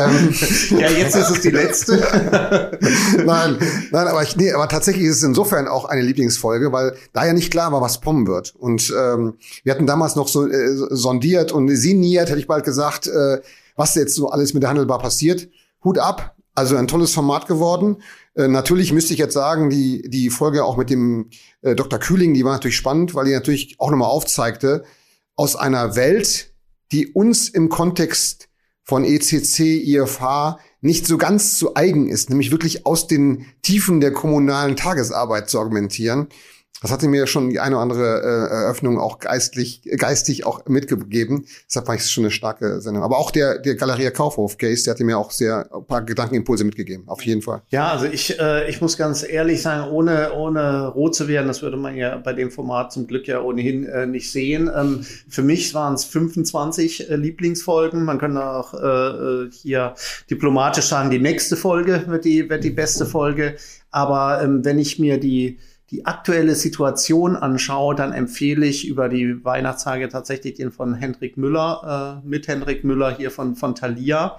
Ja, jetzt ist es die letzte. Nein, aber tatsächlich ist es insofern auch eine Lieblingsfolge, weil da ja nicht klar war, was kommen wird. Und wir hatten damals noch so sondiert und sinniert, hätte ich bald gesagt, was jetzt so alles mit der Handelbar passiert. Hut ab, also ein tolles Format geworden. Natürlich müsste ich jetzt sagen, die Folge auch mit dem Dr. Kühling, die war natürlich spannend, weil die natürlich auch nochmal aufzeigte, aus einer Welt, die uns im Kontext von ECC, IFH nicht so ganz zu eigen ist, nämlich wirklich aus den Tiefen der kommunalen Tagesarbeit zu argumentieren. Das hatte mir schon die eine oder andere Eröffnung auch geistig auch mitgegeben. Deshalb war es schon eine starke Sendung. Aber auch der Galeria Kaufhof-Case, der hatte mir auch ein paar Gedankenimpulse mitgegeben. Auf jeden Fall. Ja, also ich muss ganz ehrlich sagen, ohne rot zu werden, das würde man ja bei dem Format zum Glück ja ohnehin nicht sehen. Für mich waren es 25 Lieblingsfolgen. Man könnte auch hier diplomatisch sagen, die nächste Folge wird die beste Folge. Aber wenn ich mir die aktuelle Situation anschaue, dann empfehle ich über die Weihnachtstage tatsächlich den von Hendrik Müller, mit Hendrik Müller hier von Thalia,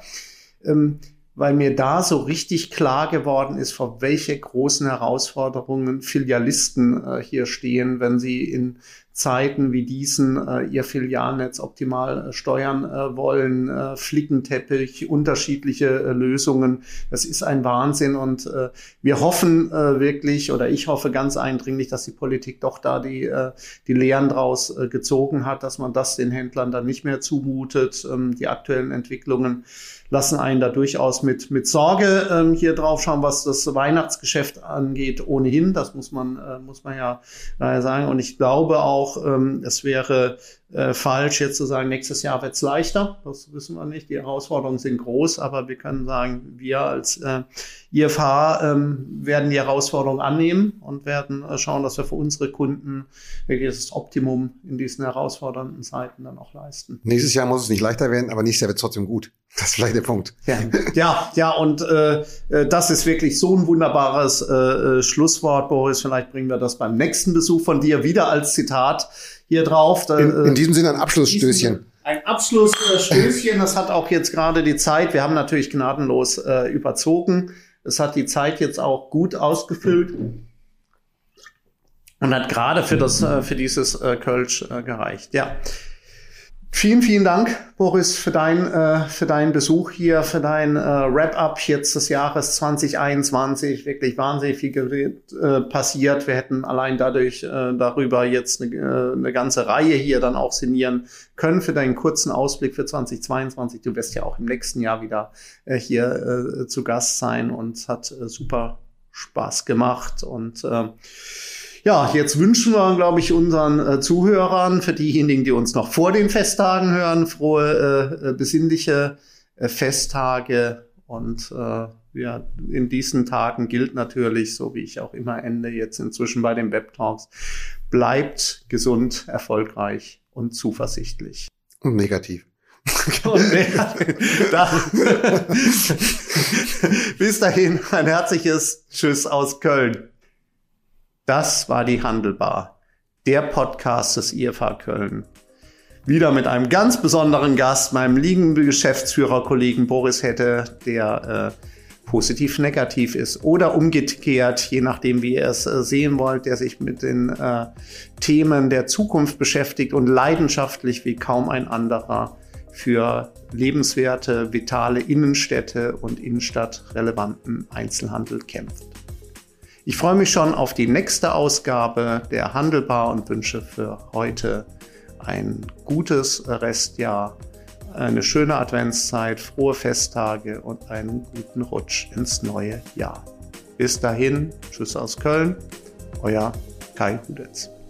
weil mir da so richtig klar geworden ist, vor welche großen Herausforderungen Filialisten hier stehen, wenn sie in Zeiten wie diesen ihr Filialnetz optimal steuern wollen, Flickenteppich, unterschiedliche Lösungen. Das ist ein Wahnsinn und wir hoffen wirklich, oder ich hoffe ganz eindringlich, dass die Politik doch da die Lehren draus gezogen hat, dass man das den Händlern dann nicht mehr zumutet. Die aktuellen Entwicklungen lassen einen da durchaus mit Sorge hier drauf schauen, was das Weihnachtsgeschäft angeht, ohnehin. Das muss man ja sagen. Und ich glaube auch, es wäre falsch, jetzt zu sagen, nächstes Jahr wird es leichter. Das wissen wir nicht. Die Herausforderungen sind groß, aber wir können sagen, wir als IFH werden die Herausforderungen annehmen und werden schauen, dass wir für unsere Kunden wirklich das Optimum in diesen herausfordernden Zeiten dann auch leisten. Nächstes Jahr muss es nicht leichter werden, aber nächstes Jahr wird es trotzdem gut. Das ist vielleicht der Punkt. Ja, und das ist wirklich so ein wunderbares Schlusswort, Boris. Vielleicht bringen wir das beim nächsten Besuch von dir wieder als Zitat hier drauf. In diesem Sinne ein Abschlussstößchen. Ein Abschlussstößchen, das hat auch jetzt gerade die Zeit. Wir haben natürlich gnadenlos überzogen. Es hat die Zeit jetzt auch gut ausgefüllt und hat gerade für dieses Kölsch gereicht. Ja. Vielen, vielen Dank, Boris, für deinen Besuch hier, für dein Wrap-up jetzt des Jahres 2021. Wirklich wahnsinnig viel passiert. Wir hätten allein darüber jetzt eine ganze Reihe hier dann auch sinnieren können für deinen kurzen Ausblick für 2022. Du wirst ja auch im nächsten Jahr wieder hier zu Gast sein und es hat super Spaß gemacht und ja, jetzt wünschen wir, glaube ich, unseren Zuhörern, für diejenigen, die uns noch vor den Festtagen hören, frohe, besinnliche Festtage. Und ja, in diesen Tagen gilt natürlich, so wie ich auch immer ende, jetzt inzwischen bei den Webtalks, bleibt gesund, erfolgreich und zuversichtlich. Und negativ. Bis dahin, ein herzliches Tschüss aus Köln. Das war die Handelbar, der Podcast des IFH Köln. Wieder mit einem ganz besonderen Gast, meinem lieben Geschäftsführerkollegen Boris Hette, der positiv-negativ ist oder umgekehrt, je nachdem, wie ihr es sehen wollt, der sich mit den Themen der Zukunft beschäftigt und leidenschaftlich wie kaum ein anderer für lebenswerte, vitale Innenstädte und innenstadtrelevanten Einzelhandel kämpft. Ich freue mich schon auf die nächste Ausgabe der Handelbar und wünsche für heute ein gutes Restjahr, eine schöne Adventszeit, frohe Festtage und einen guten Rutsch ins neue Jahr. Bis dahin, tschüss aus Köln, euer Kai Hudetz.